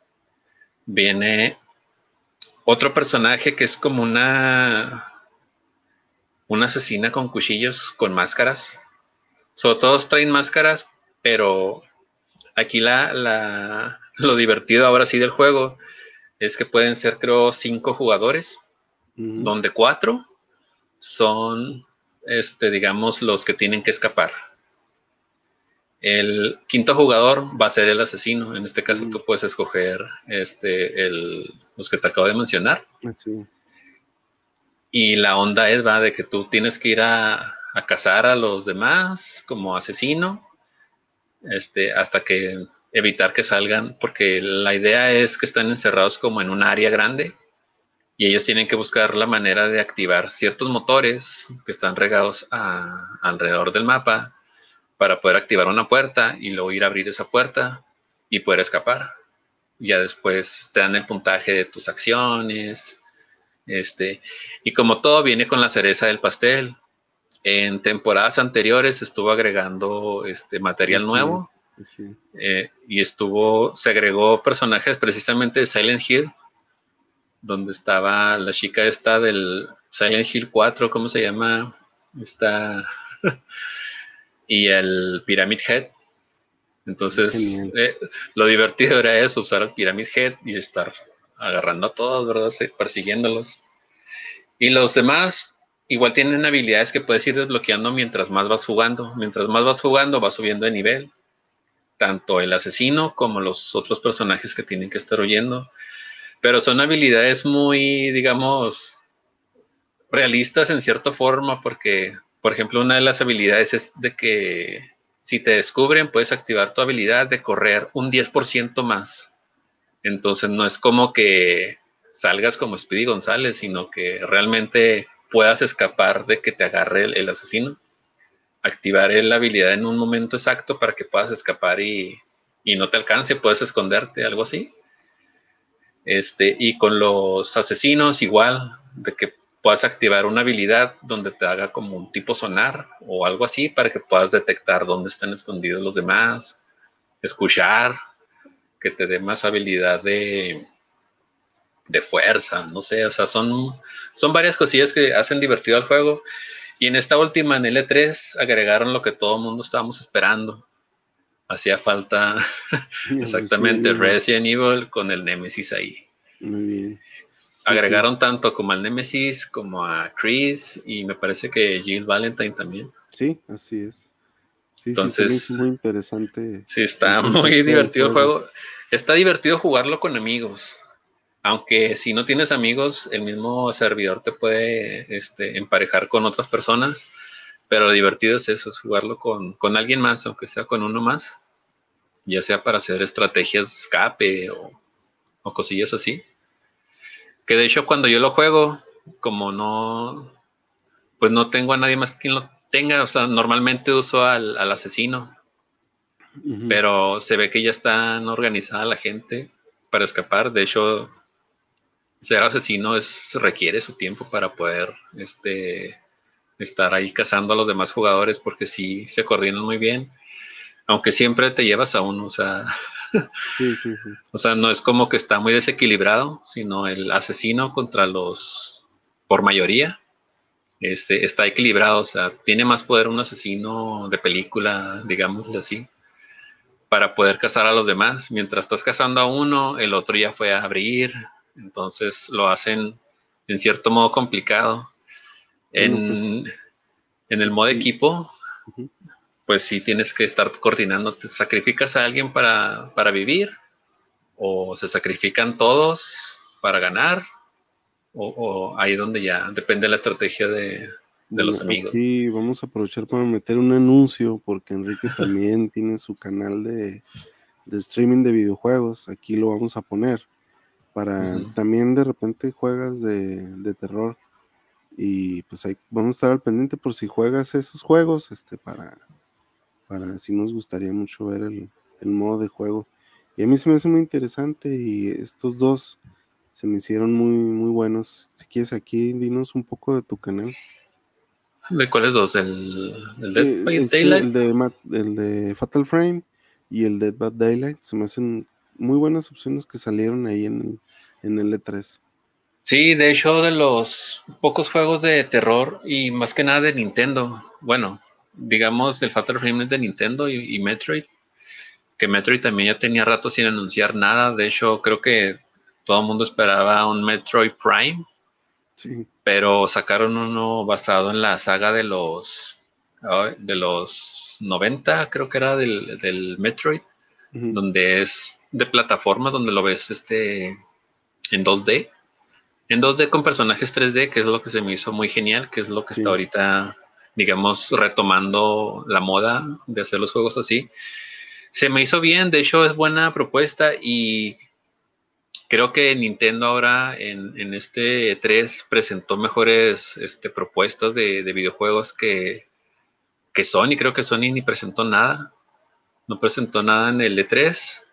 [SPEAKER 2] Viene otro personaje que es como una, una asesina con cuchillos, con máscaras. So, todos traen máscaras, pero aquí la, la, lo divertido ahora sí del juego es que pueden ser, creo, cinco jugadores,
[SPEAKER 1] Ujú.
[SPEAKER 2] donde cuatro son, este, digamos, los que tienen que escapar. El quinto jugador va a ser el asesino. En este caso,
[SPEAKER 1] Ujú.
[SPEAKER 2] tú puedes escoger este, el, los que te acabo de mencionar.
[SPEAKER 1] Así.
[SPEAKER 2] Y la onda es, va, de que tú tienes que ir a, a cazar a los demás como asesino, este, hasta que evitar que salgan, porque la idea es que están encerrados como en un área grande y ellos tienen que buscar la manera de activar ciertos motores que están regados a, alrededor del mapa para poder activar una puerta y luego ir a abrir esa puerta y poder escapar. Ya después te dan el puntaje de tus acciones, este, y como todo viene con la cereza del pastel, en temporadas anteriores estuvo agregando este material
[SPEAKER 1] Así es.
[SPEAKER 2] nuevo,
[SPEAKER 1] Así es.
[SPEAKER 2] eh, y estuvo, se agregó personajes precisamente de Silent Hill, donde estaba la chica esta del Silent Hill cuatro, ¿cómo se llama? Está y el Pyramid Head. Entonces,
[SPEAKER 1] Genial.
[SPEAKER 2] eh, lo divertido era eso, usar el Pyramid Head y estar agarrando a todos, ¿verdad? Sí, persiguiéndolos. Y los demás igual tienen habilidades que puedes ir desbloqueando mientras más vas jugando. Mientras más vas jugando, vas subiendo de nivel. Tanto el asesino como los otros personajes que tienen que estar huyendo. Pero son habilidades muy, digamos, realistas en cierta forma, porque, por ejemplo, una de las habilidades es de que si te descubren, puedes activar tu habilidad de correr un diez por ciento más. Entonces no es como que salgas como Speedy González, sino que realmente puedas escapar de que te agarre el, el asesino. Activar la habilidad en un momento exacto para que puedas escapar y, y no te alcance, puedes esconderte, algo así. Este, y con los asesinos igual, de que puedas activar una habilidad donde te haga como un tipo sonar o algo así para que puedas detectar dónde están escondidos los demás, escuchar, que te dé más habilidad de, de fuerza, no sé, o sea, son, son varias cosillas que hacen divertido al juego. Y en esta última, en L tres, agregaron lo que todo el mundo estábamos esperando. Hacía falta
[SPEAKER 1] El Resident
[SPEAKER 2] exactamente
[SPEAKER 1] Evil.
[SPEAKER 2] Resident Evil con el Nemesis ahí.
[SPEAKER 1] Muy bien. Sí, sí.
[SPEAKER 2] Agregaron tanto como al Nemesis como a Chris y me parece que Jill Valentine también.
[SPEAKER 1] Sí, así es. Sí, sí, se me hizo
[SPEAKER 2] Entonces,
[SPEAKER 1] muy interesante
[SPEAKER 2] sí,
[SPEAKER 1] el
[SPEAKER 2] está muy
[SPEAKER 1] concepto del
[SPEAKER 2] divertido el
[SPEAKER 1] juego.
[SPEAKER 2] juego. Está divertido jugarlo con amigos. Aunque si no tienes amigos, el mismo servidor te puede este, emparejar con otras personas. Pero lo divertido es eso, es jugarlo con, con alguien más, aunque sea con uno más. Ya sea para hacer estrategias de escape o, o cosillas así. Que de hecho cuando yo lo juego, como no, pues no tengo a nadie más quien lo tenga, o sea, normalmente uso al, al asesino,
[SPEAKER 1] Ujú.
[SPEAKER 2] pero se ve que ya están organizada la gente para escapar. De hecho, ser asesino es, requiere su tiempo para poder este, estar ahí cazando a los demás jugadores porque sí se coordinan muy bien, aunque siempre te llevas a uno, o sea,
[SPEAKER 1] Sí, sí, sí.
[SPEAKER 2] o sea, no es como que está muy desequilibrado, sino el asesino contra los, por mayoría, este, está equilibrado, o sea, tiene más poder un asesino de película, digámoslo así, para poder cazar a los demás. Mientras estás cazando a uno, el otro ya fue a abrir, entonces lo hacen en cierto modo complicado.
[SPEAKER 1] Bueno, pues
[SPEAKER 2] En, en el modo
[SPEAKER 1] aquí.
[SPEAKER 2] equipo,
[SPEAKER 1] Ujú.
[SPEAKER 2] pues sí tienes que estar coordinando, te sacrificas a alguien para, para vivir, o se sacrifican todos para ganar, o, o ahí donde ya depende de la estrategia de, de
[SPEAKER 1] Bueno,
[SPEAKER 2] los amigos.
[SPEAKER 1] aquí vamos a aprovechar para meter un anuncio porque Enrique también tiene su canal de, de streaming de videojuegos. Aquí lo vamos a poner para
[SPEAKER 2] Uh-huh.
[SPEAKER 1] también de repente juegas de, de terror y pues ahí vamos a estar al pendiente por si juegas esos juegos, este, para, para si nos gustaría mucho ver el, el modo de juego. Y a mí se me hace muy interesante y estos dos se me hicieron muy, muy buenos. Si quieres aquí, dinos un poco de tu canal.
[SPEAKER 2] ¿De cuáles dos? ¿El, el Dead
[SPEAKER 1] Eh,
[SPEAKER 2] by
[SPEAKER 1] Este,
[SPEAKER 2] Daylight?
[SPEAKER 1] el de, Ma- el de Fatal Frame y el Dead by Daylight se me hacen muy buenas opciones que salieron ahí en el, en el E tres.
[SPEAKER 2] Sí, de hecho, de los pocos juegos de terror y más que nada de Nintendo, bueno, digamos, el Fatal Frame es de Nintendo y, y Metroid, que Metroid también ya tenía rato sin anunciar nada. De hecho, creo que todo el mundo esperaba un Metroid Prime,
[SPEAKER 1] Sí.
[SPEAKER 2] pero sacaron uno basado en la saga de los ay, de los noventa, creo que era del, del Metroid,
[SPEAKER 1] Ujú.
[SPEAKER 2] donde es de plataformas, donde lo ves este en dos D, en dos D con personajes tres D, que es lo que se me hizo muy genial, que es lo que está
[SPEAKER 1] Sí.
[SPEAKER 2] ahorita, digamos, retomando la moda de hacer los juegos así. Se me hizo bien, de hecho es buena propuesta y creo que Nintendo ahora en, en este E tres presentó mejores este, propuestas de, de videojuegos que, que Sony. Creo que Sony ni presentó nada, no presentó nada en el E tres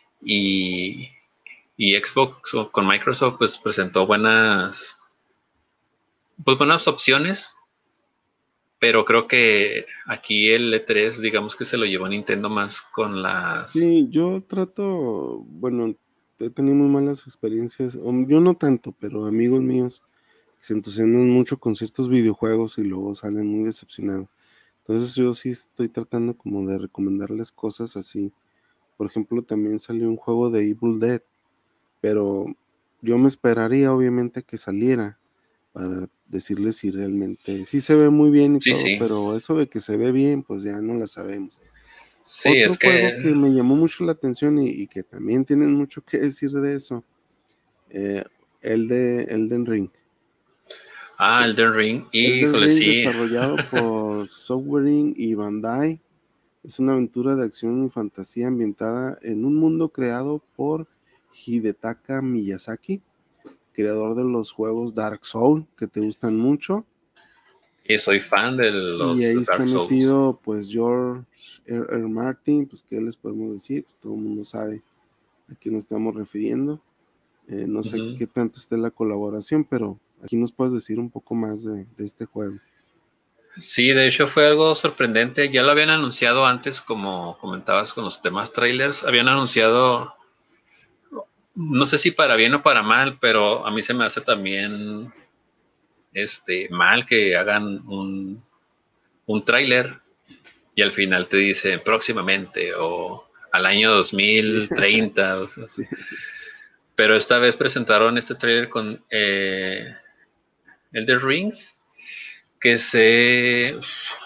[SPEAKER 2] y, y Xbox con Microsoft pues presentó buenas, pues buenas opciones, pero creo que aquí el E tres digamos que se lo llevó Nintendo más con las...
[SPEAKER 1] Sí, yo trato, bueno, he tenido muy malas experiencias, o yo no tanto, pero amigos míos que se entusiasman mucho con ciertos videojuegos y luego salen muy decepcionados. Entonces yo sí estoy tratando como de recomendarles cosas así. Por ejemplo, también salió un juego de Evil Dead, pero yo me esperaría obviamente que saliera para decirles si realmente sí se ve muy bien y
[SPEAKER 2] Sí,
[SPEAKER 1] todo,
[SPEAKER 2] sí.
[SPEAKER 1] pero eso de que se ve bien, pues ya no la sabemos.
[SPEAKER 2] Sí,
[SPEAKER 1] Otro
[SPEAKER 2] es
[SPEAKER 1] juego
[SPEAKER 2] que...
[SPEAKER 1] que me llamó mucho la atención y, y que también tienen mucho que decir de eso, eh, el de Elden Ring.
[SPEAKER 2] Ah,
[SPEAKER 1] Eh,
[SPEAKER 2] Elden Ring.
[SPEAKER 1] Elden
[SPEAKER 2] Híjole,
[SPEAKER 1] Ring
[SPEAKER 2] sí.
[SPEAKER 1] desarrollado por Software y Bandai. Es una aventura de acción y fantasía ambientada en un mundo creado por Hidetaka Miyazaki, creador de los juegos Dark Souls, que te gustan mucho.
[SPEAKER 2] Y soy fan de
[SPEAKER 1] Y
[SPEAKER 2] los
[SPEAKER 1] ahí
[SPEAKER 2] de
[SPEAKER 1] está
[SPEAKER 2] Dark Souls.
[SPEAKER 1] metido pues George R. R. Martin, pues qué les podemos decir, pues todo el mundo sabe a quién nos estamos refiriendo. Eh, no sé
[SPEAKER 2] Ujú.
[SPEAKER 1] qué tanto esté la colaboración, pero aquí nos puedes decir un poco más de, de este juego.
[SPEAKER 2] Sí, de hecho fue algo sorprendente. Ya lo habían anunciado antes, como comentabas con los demás trailers. Habían anunciado, no sé si para bien o para mal, pero a mí se me hace también este, mal que hagan un, un tráiler y al final te dicen próximamente o al año dos
[SPEAKER 1] Sí,
[SPEAKER 2] mil treinta. O sea,
[SPEAKER 1] sí.
[SPEAKER 2] pero esta vez presentaron este tráiler con eh, Elder Rings, que se...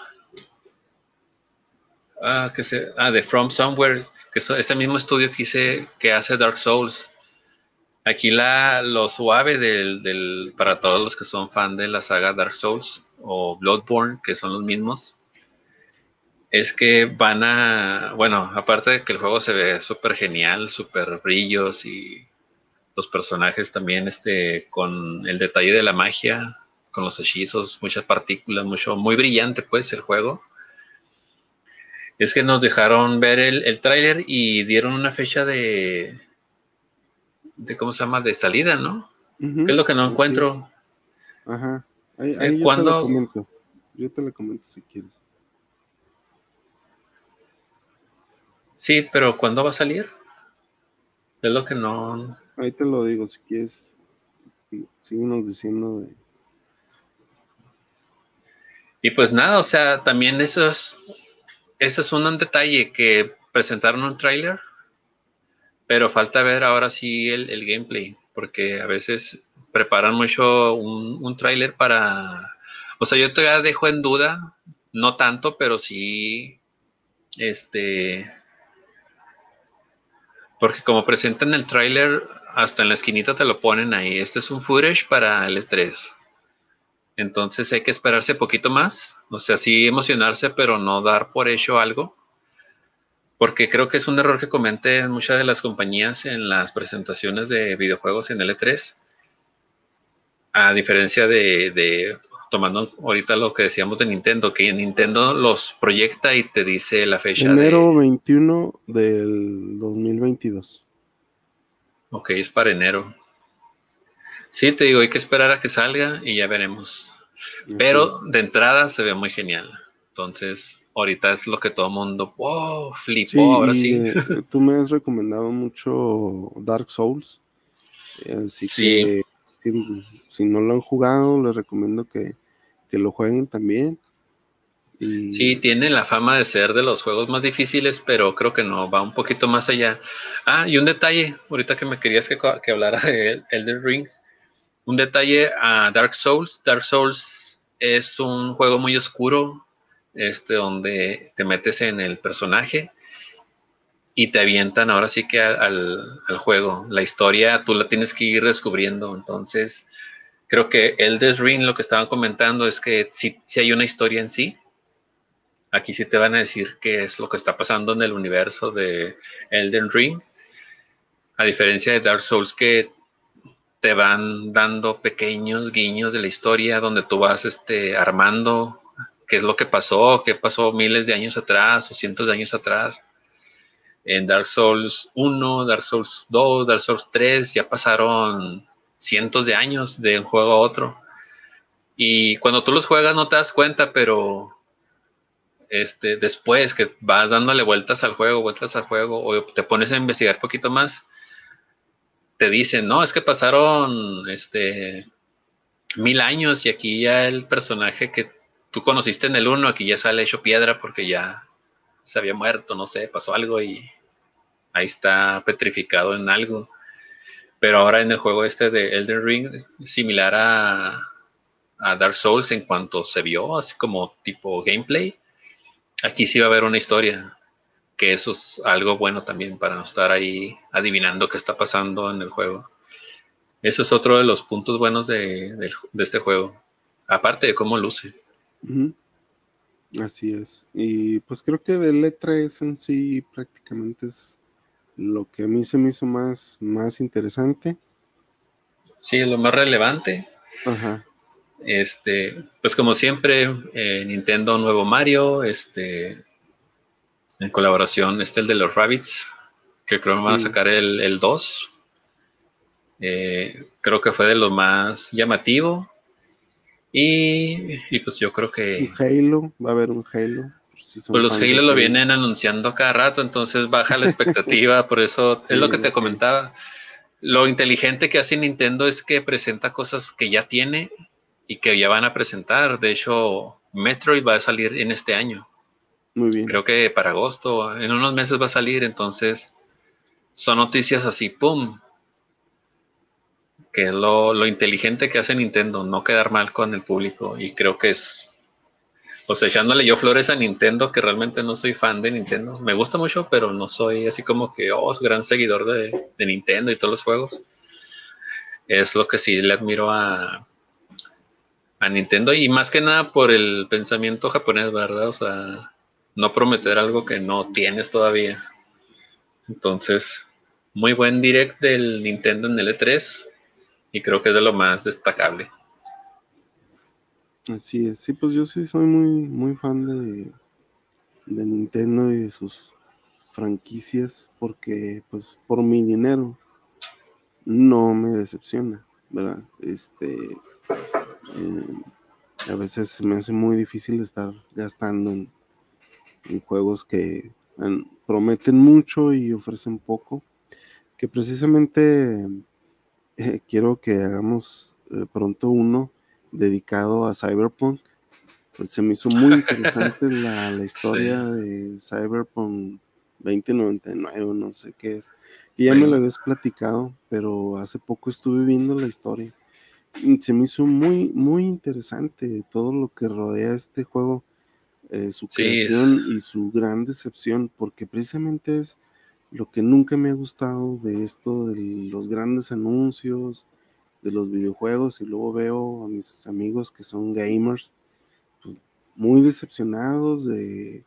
[SPEAKER 2] Ah, que se... Ah, de From Somewhere, que es este mismo estudio que, hice, que hace Dark Souls. Aquí la, lo suave del, del, para todos los que son fan de la saga Dark Souls o Bloodborne, que son los mismos, es que van a, bueno, aparte de que el juego se ve súper genial, súper brillos y los personajes también, este, con el detalle de la magia, con los hechizos, muchas partículas, mucho, muy brillante pues el juego. Es que nos dejaron ver el, el tráiler y dieron una fecha de, de, ¿cómo se llama? De salida, ¿no? ¿Qué es
[SPEAKER 1] Ujú,
[SPEAKER 2] lo que no
[SPEAKER 1] así es.
[SPEAKER 2] encuentro?
[SPEAKER 1] Ajá. Ahí,
[SPEAKER 2] Eh,
[SPEAKER 1] ahí yo te lo
[SPEAKER 2] ¿Cuándo?
[SPEAKER 1] comento. Yo te lo comento si quieres.
[SPEAKER 2] Sí, pero ¿cuándo va a salir? Es lo que no...
[SPEAKER 1] Ahí te lo digo si quieres. Sí, síguenos diciendo de...
[SPEAKER 2] Y pues nada, o sea, también eso es, eso es un detalle que presentaron un tráiler, pero falta ver ahora sí el, el, gameplay, porque a veces preparan mucho un, un tráiler para... O sea, yo todavía dejo en duda, no tanto, pero sí, este... Porque como presentan el tráiler, hasta en la esquinita te lo ponen ahí. Este es un footage para el E tres. Entonces hay que esperarse poquito más, o sea, sí emocionarse, pero no dar por hecho algo, porque creo que es un error que cometen muchas de las compañías en las presentaciones de videojuegos en el E tres, a diferencia de, de tomando ahorita lo que decíamos de Nintendo, que Nintendo los proyecta y te dice la fecha
[SPEAKER 1] Enero
[SPEAKER 2] de,
[SPEAKER 1] veintiuno del dos mil veintidós.
[SPEAKER 2] ok, es para enero. Sí, te digo, hay que esperar a que salga y ya veremos.
[SPEAKER 1] Así es.
[SPEAKER 2] Pero de entrada se ve muy genial. Entonces, ahorita es lo que todo el mundo, wow, flipó,
[SPEAKER 1] Sí,
[SPEAKER 2] ahora
[SPEAKER 1] y
[SPEAKER 2] sí.
[SPEAKER 1] eh, tú me has recomendado mucho Dark Souls, eh, así
[SPEAKER 2] Sí,
[SPEAKER 1] que si, si no lo han jugado, les recomiendo que, que lo jueguen también.
[SPEAKER 2] sí,
[SPEAKER 1] Y
[SPEAKER 2] tiene la fama de ser de los juegos más difíciles, pero creo que no, va un poquito más allá. Ah, y un detalle, ahorita que me querías que, que hablara de Elden Ring, un detalle a Dark Souls. Dark Souls es un juego muy oscuro, este, donde te metes en el personaje y te avientan ahora sí que al, al juego. La historia tú la tienes que ir descubriendo. Entonces, creo que Elden Ring, lo que estaban comentando es que sí, sí hay una historia en sí. Aquí sí te van a decir qué es lo que está pasando en el universo de Elden Ring. A diferencia de Dark Souls, que te van dando pequeños guiños de la historia donde tú vas este, armando qué es lo que pasó, qué pasó miles de años atrás o cientos de años atrás. En Dark Souls uno, Dark Souls dos, Dark Souls tres, ya pasaron cientos de años de un juego a otro. Y cuando tú los juegas no te das cuenta, pero este, después que vas dándole vueltas al juego, vueltas al juego, o te pones a investigar un poquito más, te dicen, no, es que pasaron este mil años y aquí ya el personaje que tú conociste en el uno, aquí ya sale hecho piedra porque ya se había muerto, no sé, pasó algo y ahí está petrificado en algo. Pero ahora en el juego este de Elden Ring, similar a, a Dark Souls en cuanto se vio, así como tipo gameplay, aquí sí va a haber una historia, que eso es algo bueno también para no estar ahí adivinando qué está pasando en el juego. Eso es otro de los puntos buenos de, de, de este juego, aparte de cómo luce.
[SPEAKER 1] Ujú. Así es. Y pues creo que de letra es en sí prácticamente es lo que a mí se me hizo más, más interesante.
[SPEAKER 2] Sí, lo más relevante.
[SPEAKER 1] Ajá.
[SPEAKER 2] Este, pues como siempre, eh, Nintendo nuevo Mario, este, en colaboración, este el de los Rabbits, que creo que van a
[SPEAKER 1] Sí.
[SPEAKER 2] sacar el, el dos. Eh, creo que fue de lo más llamativo. Y, y pues yo creo
[SPEAKER 1] Un
[SPEAKER 2] que
[SPEAKER 1] Halo, va a haber un Halo, por si
[SPEAKER 2] pues
[SPEAKER 1] son
[SPEAKER 2] los
[SPEAKER 1] fans de
[SPEAKER 2] Halo lo
[SPEAKER 1] Halo.
[SPEAKER 2] vienen anunciando cada rato, entonces baja la expectativa, por eso es lo que
[SPEAKER 1] Sí,
[SPEAKER 2] te
[SPEAKER 1] ok.
[SPEAKER 2] comentaba. Lo inteligente que hace Nintendo es que presenta cosas que ya tiene y que ya van a presentar. De hecho, Metroid va a salir en este año.
[SPEAKER 1] Muy bien.
[SPEAKER 2] Creo que para agosto, en unos meses va a salir, entonces son noticias así, ¡pum! Que es lo, lo inteligente que hace Nintendo, no quedar mal con el público. Y creo que es, o sea, echándole yo flores a Nintendo, que realmente no soy fan de Nintendo. Me gusta mucho, pero no soy así como que, oh, es gran seguidor de, de Nintendo y todos los juegos. Es lo que sí le admiro a, a Nintendo y más que nada por el pensamiento japonés, ¿verdad? O sea, no prometer algo que no tienes todavía. Entonces, muy buen direct del Nintendo en el E tres y creo que es de lo más destacable.
[SPEAKER 1] Así es. Sí, pues yo sí soy muy, muy fan de, de Nintendo y de sus franquicias porque, pues, por mi dinero no me decepciona, ¿verdad? Este, eh, a veces se me hace muy difícil estar gastando en, en juegos que en, prometen mucho y ofrecen poco, que precisamente eh, quiero que hagamos eh, pronto uno dedicado a Cyberpunk. Pues se me hizo muy interesante la, la
[SPEAKER 2] Sí,
[SPEAKER 1] historia de Cyberpunk veinte noventa y nueve, no sé qué es. Y ya me lo
[SPEAKER 2] sí,
[SPEAKER 1] habías platicado, pero hace poco estuve viendo la historia. Y se me hizo muy, muy interesante todo lo que rodea este juego, eh, su
[SPEAKER 2] sí, es,
[SPEAKER 1] creación y su gran decepción, porque precisamente es lo que nunca me ha gustado de esto, de los grandes anuncios, de los videojuegos, y luego veo a mis amigos que son gamers pues, muy decepcionados de,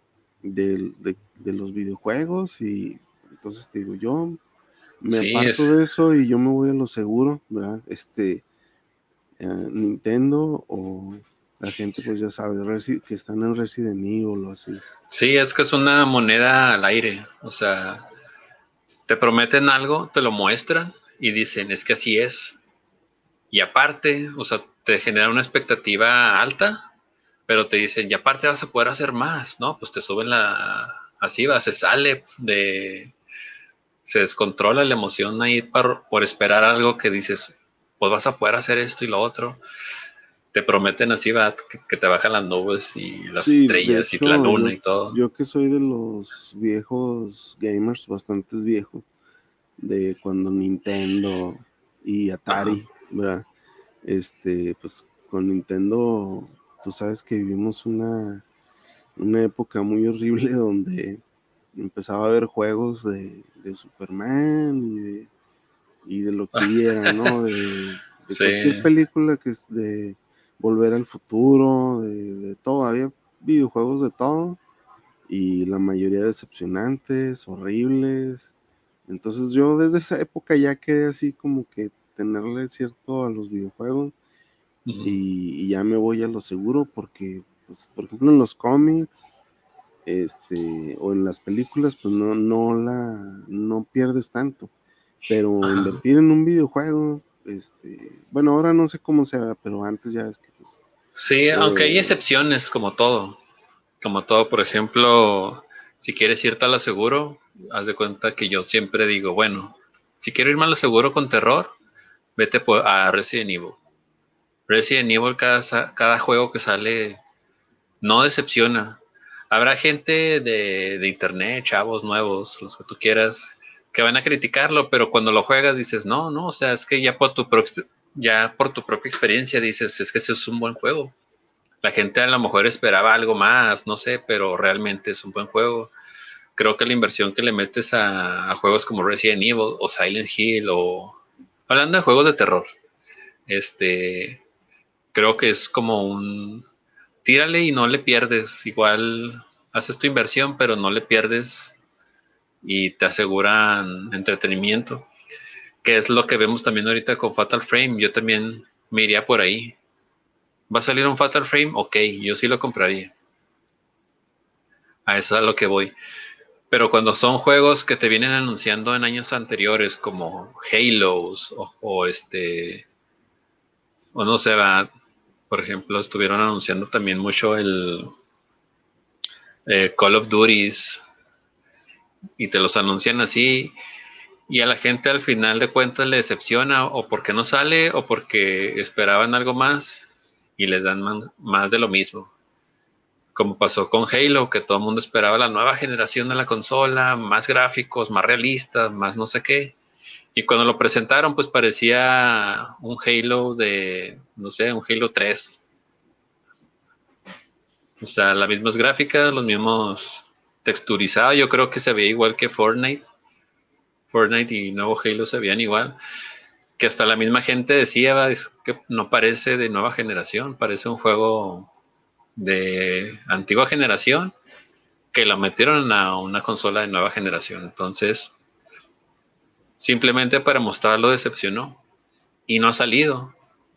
[SPEAKER 1] de, de, de los videojuegos, y entonces te digo, yo me
[SPEAKER 2] sí, es,
[SPEAKER 1] aparto de eso y yo me voy a lo seguro, ¿verdad? Este, eh, Nintendo o la gente pues ya sabe, Resi- que están en Resident Evil o así.
[SPEAKER 2] sí, es que es una moneda al aire. O sea, te prometen algo, te lo muestran y dicen, es que así es. Y aparte, o sea, te genera una expectativa alta, pero te dicen, y aparte vas a poder hacer más, ¿no? Pues te suben la, así va, se sale de, se descontrola la emoción ahí por, por esperar algo que dices, pues vas a poder hacer esto y lo otro. Te prometen así, va, que, que te bajan las nubes y las
[SPEAKER 1] Sí, de
[SPEAKER 2] estrellas y la
[SPEAKER 1] hecho,
[SPEAKER 2] luna
[SPEAKER 1] yo,
[SPEAKER 2] y todo.
[SPEAKER 1] yo que soy de los viejos gamers, bastantes viejos, de cuando Nintendo y
[SPEAKER 2] Ajá.
[SPEAKER 1] Atari, ¿verdad? Este, pues con Nintendo, tú sabes que vivimos una, una época muy horrible donde empezaba a haber juegos de, de Superman y de, y de lo que hubiera, ¿no? De, de
[SPEAKER 2] Sí,
[SPEAKER 1] cualquier película que es de Volver al Futuro, de, de todo, había videojuegos de todo y la mayoría decepcionantes, horribles. Entonces yo desde esa época ya quedé así como que tenerle cierto a los videojuegos
[SPEAKER 2] uh-huh.
[SPEAKER 1] y, y ya me voy a lo seguro porque, pues, por ejemplo, en los cómics este, o en las películas, pues no, no la, no pierdes tanto, pero
[SPEAKER 2] Ajá.
[SPEAKER 1] invertir en un videojuego, este, bueno, ahora no sé cómo sea, pero antes ya es que, pues,
[SPEAKER 2] Sí, aunque hay
[SPEAKER 1] eh,
[SPEAKER 2] excepciones como todo. Como todo, por ejemplo, si quieres irte a la seguro, haz de cuenta que yo siempre digo, bueno, Si quiero ir más a lo seguro con terror, vete por, a Resident Evil. Resident Evil, cada, cada juego que sale, no decepciona. Habrá gente de, de internet, chavos nuevos, los que tú quieras, que van a criticarlo, pero cuando lo juegas dices, no, no, o sea, es que ya por tu, pro, ya por tu propia experiencia dices, es que ese es un buen juego. La gente a lo mejor esperaba algo más, no sé, pero realmente es un buen juego. Creo que la inversión que le metes a, a juegos como Resident Evil o Silent Hill o... Hablando de juegos de terror, este, creo que es como un... Tírale y no le pierdes. Igual haces tu inversión, pero no le pierdes y te aseguran entretenimiento, que es lo que vemos también ahorita con Fatal Frame. Yo también me iría por ahí. ¿Va a salir un Fatal Frame? Ok, yo sí lo compraría. A eso es a lo que voy. Pero cuando son juegos que te vienen anunciando en años anteriores, como Halos o, o este, o no sé, va, por ejemplo, estuvieron anunciando también mucho el eh, Call of Duties y te los anuncian así y a la gente al final de cuentas le decepciona o porque no sale o porque esperaban algo más y les dan man, más de lo mismo. Como pasó con Halo, que todo el mundo esperaba la nueva generación de la consola, más gráficos, más realistas, más no sé qué. Y cuando lo presentaron, pues parecía un Halo de, no sé, un Halo tres. O sea, las mismas gráficas, los mismos texturizados. Yo creo que se veía igual que Fortnite. Fortnite y nuevo Halo se veían igual. Que hasta la misma gente decía que no parece de nueva generación, parece un juego de antigua generación que lo metieron a una consola de nueva generación. Entonces, simplemente para mostrarlo decepcionó y no ha salido.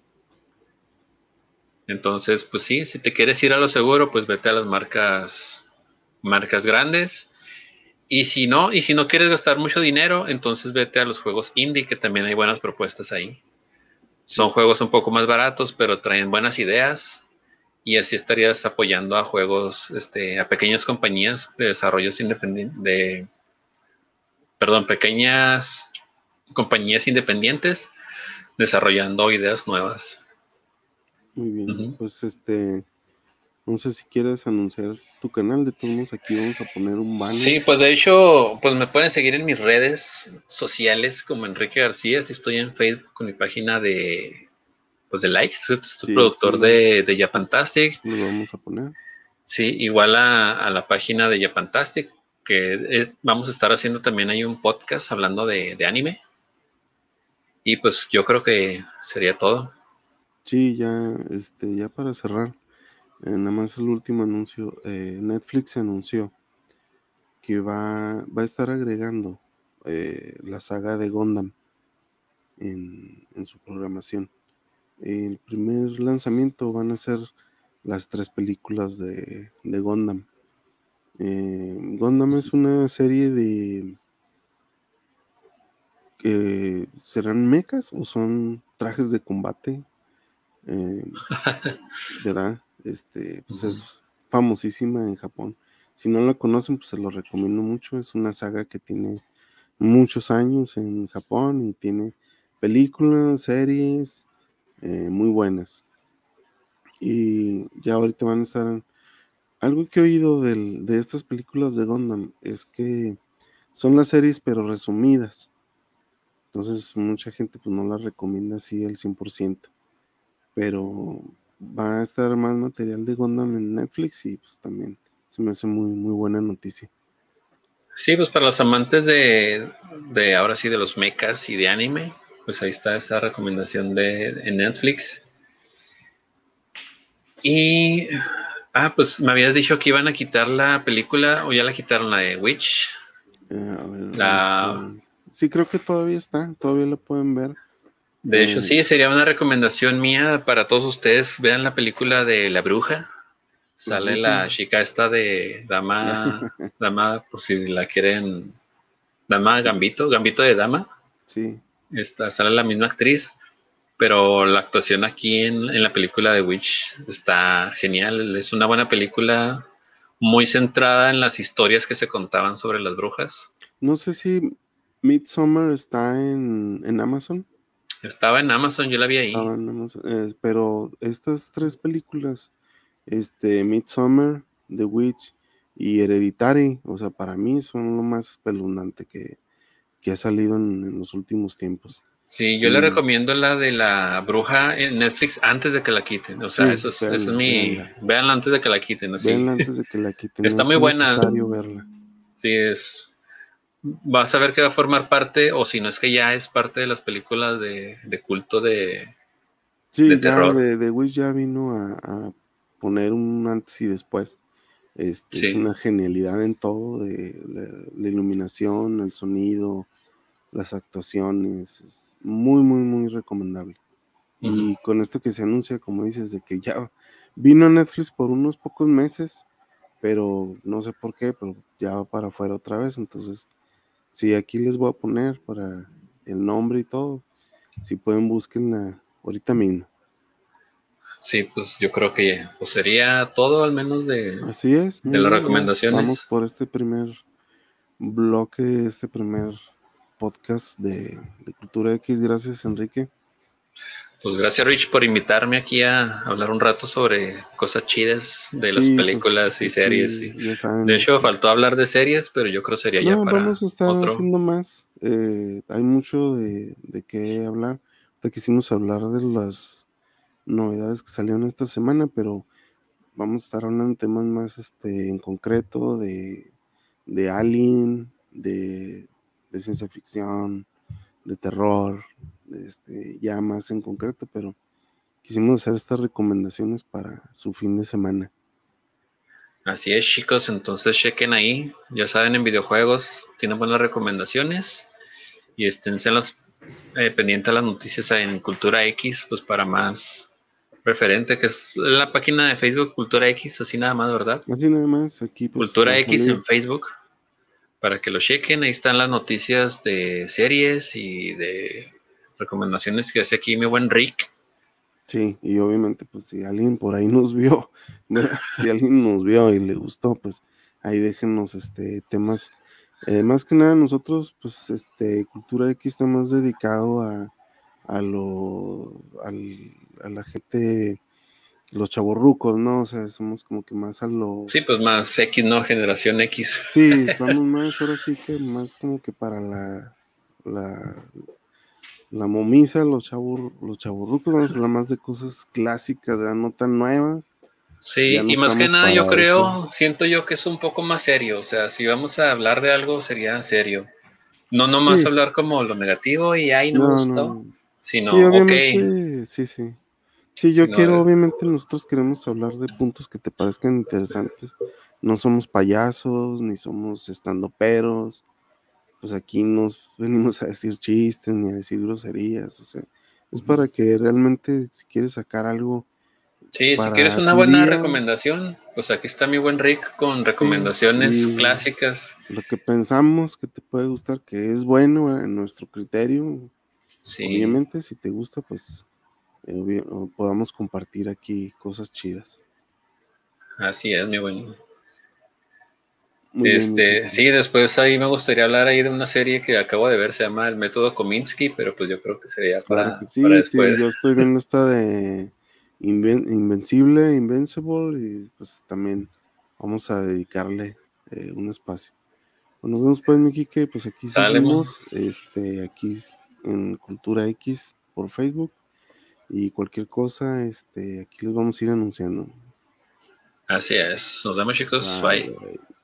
[SPEAKER 2] Entonces, pues sí, si te quieres ir a lo seguro, pues vete a las marcas, marcas grandes. Y si no, y si no quieres gastar mucho dinero, entonces vete a los juegos indie, que también hay buenas propuestas ahí. Son
[SPEAKER 1] Sí,
[SPEAKER 2] juegos un poco más baratos, pero traen buenas ideas. Y así estarías apoyando a juegos, este, a pequeñas compañías de desarrollos independientes, de, perdón, pequeñas compañías independientes desarrollando ideas nuevas.
[SPEAKER 1] muy
[SPEAKER 2] Uh
[SPEAKER 1] bien.
[SPEAKER 2] -huh.
[SPEAKER 1] Pues este, no sé si quieres anunciar tu canal. De todos modos, aquí vamos a poner un banner.
[SPEAKER 2] Sí, pues de hecho, pues me pueden seguir en mis redes sociales como Enrique García. Si estoy en Facebook con mi página de, pues de likes. Soy, soy
[SPEAKER 1] Sí, aquí
[SPEAKER 2] productor
[SPEAKER 1] lo,
[SPEAKER 2] de, de
[SPEAKER 1] es-
[SPEAKER 2] Japantastic.
[SPEAKER 1] se los vamos a poner.
[SPEAKER 2] Sí, igual a, a la página de Japantastic, que es, vamos a estar haciendo también hay un podcast hablando de, de anime. Y pues yo creo que sería todo.
[SPEAKER 1] Sí, ya, este, ya para cerrar, eh, nada más el último anuncio. eh, Netflix anunció que va, va a estar agregando eh, la saga de Gundam en, en su programación. El primer lanzamiento van a ser las tres películas de, de Gundam. Eh, Gundam es una serie de que serán mechas o son trajes de combate, eh, ¿verdad? Este,
[SPEAKER 2] Uh
[SPEAKER 1] pues
[SPEAKER 2] -huh.
[SPEAKER 1] es famosísima en Japón. Si no la conocen, pues se lo recomiendo mucho. Es una saga que tiene muchos años en Japón y tiene películas, series eh, muy buenas. Y ya ahorita van a estar en, algo que he oído del, de estas películas de Gundam es que son las series pero resumidas. Entonces mucha gente pues no las recomienda así al cien por ciento. Pero va a estar más material de Gundam en Netflix y pues también se me hace muy, muy buena noticia.
[SPEAKER 2] Sí, pues para los amantes de, de ahora sí de los mechas y de anime, pues ahí está esa recomendación de, de Netflix. Y, ah, pues me habías dicho que iban a quitar la película o ya la quitaron la de Witch.
[SPEAKER 1] Eh, a ver,
[SPEAKER 2] La,
[SPEAKER 1] este, sí creo que todavía está, todavía la pueden ver.
[SPEAKER 2] de hecho,
[SPEAKER 1] Eh,
[SPEAKER 2] sí, sería una recomendación mía para todos ustedes. Vean la película de La Bruja.
[SPEAKER 1] la
[SPEAKER 2] Sale
[SPEAKER 1] bruja.
[SPEAKER 2] la chica esta de Dama, Dama, por si la quieren, Dama Gambito, Gambito de Dama.
[SPEAKER 1] Sí,
[SPEAKER 2] Esta, sale la misma actriz, pero la actuación aquí en, en la película de Witch está genial. Es una buena película muy centrada en las historias que se contaban sobre las brujas.
[SPEAKER 1] no sé si Midsommar está en, en Amazon.
[SPEAKER 2] Estaba en Amazon, yo la vi ahí.
[SPEAKER 1] Estaba en Amazon, eh, pero estas tres películas, este, Midsommar, The Witch y Hereditary, o sea, para mí son lo más espeluznante que, que ha salido en, en los últimos tiempos.
[SPEAKER 2] Sí, yo le
[SPEAKER 1] Y
[SPEAKER 2] recomiendo la de la bruja en Netflix antes de que la quiten. O sea,
[SPEAKER 1] sí,
[SPEAKER 2] eso es, eso es
[SPEAKER 1] véanla,
[SPEAKER 2] mi...
[SPEAKER 1] véanla.
[SPEAKER 2] Véanla antes de que la quiten, así.
[SPEAKER 1] Véanla antes de que la quiten,
[SPEAKER 2] Está
[SPEAKER 1] es
[SPEAKER 2] muy buena.
[SPEAKER 1] necesario verla.
[SPEAKER 2] Sí, es... Vas a ver que va a formar parte, o si no es que ya es parte de las películas de, de culto de, de
[SPEAKER 1] Sí, ya
[SPEAKER 2] terror.
[SPEAKER 1] de The Witch ya vino a, a poner un antes y después. Este, es
[SPEAKER 2] Sí.
[SPEAKER 1] una genialidad en todo, de la, la iluminación, el sonido, las actuaciones, es muy, muy, muy recomendable.
[SPEAKER 2] Ujú.
[SPEAKER 1] Y con esto que se anuncia, como dices, de que ya vino a Netflix por unos pocos meses, pero no sé por qué, pero ya va para afuera otra vez. Entonces, sí, aquí les voy a poner para el nombre y todo. Si pueden, búsquenla ahorita mismo.
[SPEAKER 2] Sí, pues yo creo que pues sería todo al menos de,
[SPEAKER 1] Así es,
[SPEAKER 2] de
[SPEAKER 1] muy
[SPEAKER 2] las
[SPEAKER 1] bien, ya vamos
[SPEAKER 2] recomendaciones.
[SPEAKER 1] por este primer bloque, este primer podcast de, de Cultura X. Gracias, Enrique.
[SPEAKER 2] Pues gracias Rich por invitarme aquí a hablar un rato sobre cosas chidas de las
[SPEAKER 1] Sí, pues
[SPEAKER 2] películas y series.
[SPEAKER 1] aquí
[SPEAKER 2] Y
[SPEAKER 1] ya
[SPEAKER 2] de
[SPEAKER 1] saben,
[SPEAKER 2] hecho
[SPEAKER 1] aquí.
[SPEAKER 2] faltó hablar de series, pero yo creo sería ya
[SPEAKER 1] No, vamos
[SPEAKER 2] para
[SPEAKER 1] a estar
[SPEAKER 2] otro.
[SPEAKER 1] haciendo más. Eh, hay mucho de, de qué hablar. Te quisimos hablar de las novedades que salieron esta semana, pero vamos a estar hablando de temas más este, en concreto, de, de Alien, de, de ciencia ficción, de terror, de este, ya más en concreto, pero quisimos hacer estas recomendaciones para su fin de semana.
[SPEAKER 2] Así es, chicos, entonces chequen ahí. Ya saben, en videojuegos tienen buenas recomendaciones y esténse los, eh, pendientes a las noticias en Cultura X, pues para más referente, que es la página de Facebook Cultura X, así nada más, ¿verdad?
[SPEAKER 1] Así nada más, aquí pues va
[SPEAKER 2] Cultura
[SPEAKER 1] a
[SPEAKER 2] X
[SPEAKER 1] salir.
[SPEAKER 2] en Facebook, para que lo chequen. Ahí están las noticias de series y de recomendaciones que hace aquí mi buen Rick.
[SPEAKER 1] Sí, y obviamente, pues si alguien por ahí nos vio, ¿verdad? Si alguien nos vio y le gustó, pues ahí déjenos este temas. Eh, más que nada, nosotros, pues, este, Cultura X está más dedicado a, a lo, al, a la gente, los chavorrucos, ¿no? O sea, somos como que más a lo,
[SPEAKER 2] Sí, pues más X, ¿no? Generación X.
[SPEAKER 1] sí, estamos más, ahora sí que más como que para la, la, la momisa, los chavos, los chavorrucos, vamos a hablar más de cosas clásicas, ¿verdad? No tan nuevas. Ya
[SPEAKER 2] Sí,
[SPEAKER 1] no
[SPEAKER 2] y más que
[SPEAKER 1] estamos
[SPEAKER 2] nada yo
[SPEAKER 1] para eso.
[SPEAKER 2] creo, siento yo que es un poco más serio, o sea, si vamos a hablar de algo sería serio. No nomás
[SPEAKER 1] Sí,
[SPEAKER 2] hablar como lo negativo y ay, no me
[SPEAKER 1] no,
[SPEAKER 2] gustó,
[SPEAKER 1] no. Sí,
[SPEAKER 2] sino, ok,
[SPEAKER 1] obviamente, sí, sí. Sí, yo
[SPEAKER 2] sino,
[SPEAKER 1] quiero, obviamente, nosotros queremos hablar de puntos que te parezcan interesantes. No somos payasos, ni somos estandoperos. Pues aquí nos venimos a decir chistes, ni a decir groserías. O sea, es para que realmente, si quieres sacar algo
[SPEAKER 2] sí, si quieres
[SPEAKER 1] para
[SPEAKER 2] una
[SPEAKER 1] tu
[SPEAKER 2] buena
[SPEAKER 1] día,
[SPEAKER 2] recomendación, pues aquí está mi buen Rick con
[SPEAKER 1] sí,
[SPEAKER 2] recomendaciones
[SPEAKER 1] y
[SPEAKER 2] clásicas.
[SPEAKER 1] lo que pensamos que te puede gustar, que es bueno, ¿verdad? En nuestro criterio,
[SPEAKER 2] Sí,
[SPEAKER 1] obviamente, si te gusta, pues eh, obvio- o podamos compartir aquí cosas chidas.
[SPEAKER 2] así es, mi buen.
[SPEAKER 1] Muy bien, mi
[SPEAKER 2] Este,
[SPEAKER 1] Kike.
[SPEAKER 2] sí, después ahí me gustaría hablar ahí de una serie que acabo de ver, se llama El Método Kominsky, pero pues yo creo que sería
[SPEAKER 1] Claro
[SPEAKER 2] para,
[SPEAKER 1] que
[SPEAKER 2] para
[SPEAKER 1] sí, te-
[SPEAKER 2] después.
[SPEAKER 1] yo estoy viendo esta de Inven- Invencible, Invincible, y pues también vamos a dedicarle eh, un espacio. Bueno, nos vemos pues, mi Kike, pues aquí
[SPEAKER 2] Sale, mo.
[SPEAKER 1] seguimos, este, aquí en Cultura X por Facebook, y cualquier cosa, este, aquí les vamos a ir anunciando.
[SPEAKER 2] Así es. Nos vemos, chicos.
[SPEAKER 1] Bye,
[SPEAKER 2] Bye.
[SPEAKER 1] bye.